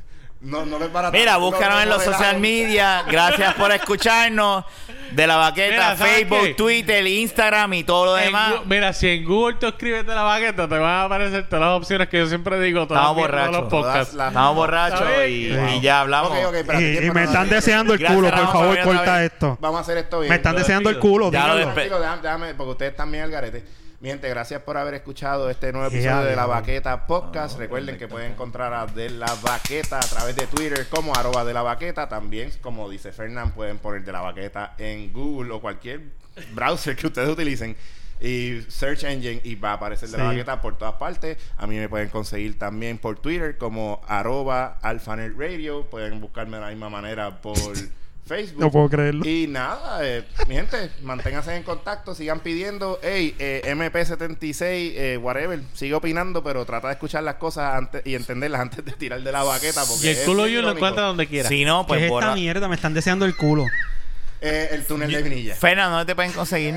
No, no les para Mira, tanto, búscanos no, en no, los no, social no. media. Gracias por escucharnos. De la baqueta, Mira, ¿sabes Facebook, qué? Twitter, Instagram y todo lo En demás. Gu- mira, si en Google tú escribes de la baqueta, te van a aparecer todas las opciones que yo siempre digo. Todas Estamos las- todos borrachos. los podcasts. Todas las- Estamos borrachos ¿Sabes? y, Sí. y ya hablamos. Ok, ok, espérate, Y, y tiempo, me no, están no, deseando el Gracias, culo. Por Ramón, favor, por haber corta otra esto. Vamos a hacer esto bien. Me están Lo deseando el despido. culo. Ya lo dígalo. despe- Digo, déjame, déjame, porque ustedes también al garete. Mi gente, gracias por haber escuchado este nuevo Ya, episodio de La ya. Baqueta Podcast. Recuerden que pueden encontrar a De La Baqueta a través de Twitter como arroba De La Baqueta. También, como dice Fernán, pueden poner De La Baqueta en Google o cualquier browser que ustedes utilicen. Y Search Engine y va a aparecer De La Sí. Baqueta por todas partes. A mí me pueden conseguir también por Twitter como arroba Alphanet Radio. Pueden buscarme de la misma manera por Facebook. No puedo creerlo. Y nada, eh, mi gente, manténganse en contacto, sigan pidiendo, hey, eh, M P setenta y seis, eh, whatever, sigue opinando, pero trata de escuchar las cosas antes y entenderlas antes de tirar de la baqueta. Porque Y el es culo bien yo lo irónico. encuentra donde quiera. Si no, ¿Qué pues es esta borra. mierda? Me están deseando el culo. Eh, el túnel de Vinilla. Fernando, ¿dónde te pueden conseguir?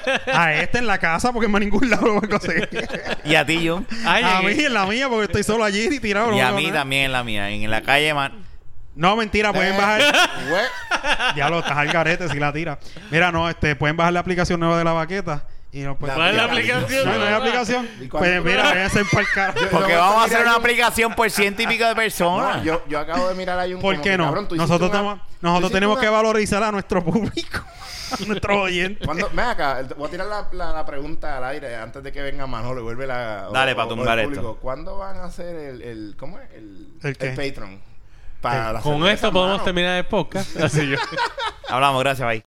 A este en la casa porque más ningún lado lo voy a conseguir. Y a ti, Jun. Ay, A en- mí en la mía porque estoy solo allí y tirado. no Y a veo mí nada. también en la mía. En la calle, man. No, mentira, pueden Eh, bajar. güey, Ya lo estás al garete si la tira. Mira, no, este, pueden bajar la aplicación nueva de la baqueta. Y no pueden. ¿Cuál es la Ya, aplicación? No, no hay aplicación. ¿Y cuándo Pues tú- mira, váyanse para el carro. Yo- Porque yo- vamos a mira, hacer una yo- aplicación por ciento y pico de personas. no, yo, yo acabo de mirar ahí un ¿Por como qué que, no? cabrón, tú hiciste nosotros una- tenemos, tú nosotros hiciste tenemos una- que valorizar a nuestro público, a nuestros oyentes. Cuando, ven acá, voy a tirar la, la, la pregunta al aire antes de que venga Manolo y vuelve la. Dale, o- pa' o- o tumbar el esto. público. ¿Cuándo van a hacer el, el ¿cómo es? El, ¿El qué? Patreon. Para las Con cervezas, esto podemos mano. terminar el podcast. Así yo. Hablamos, gracias, bye.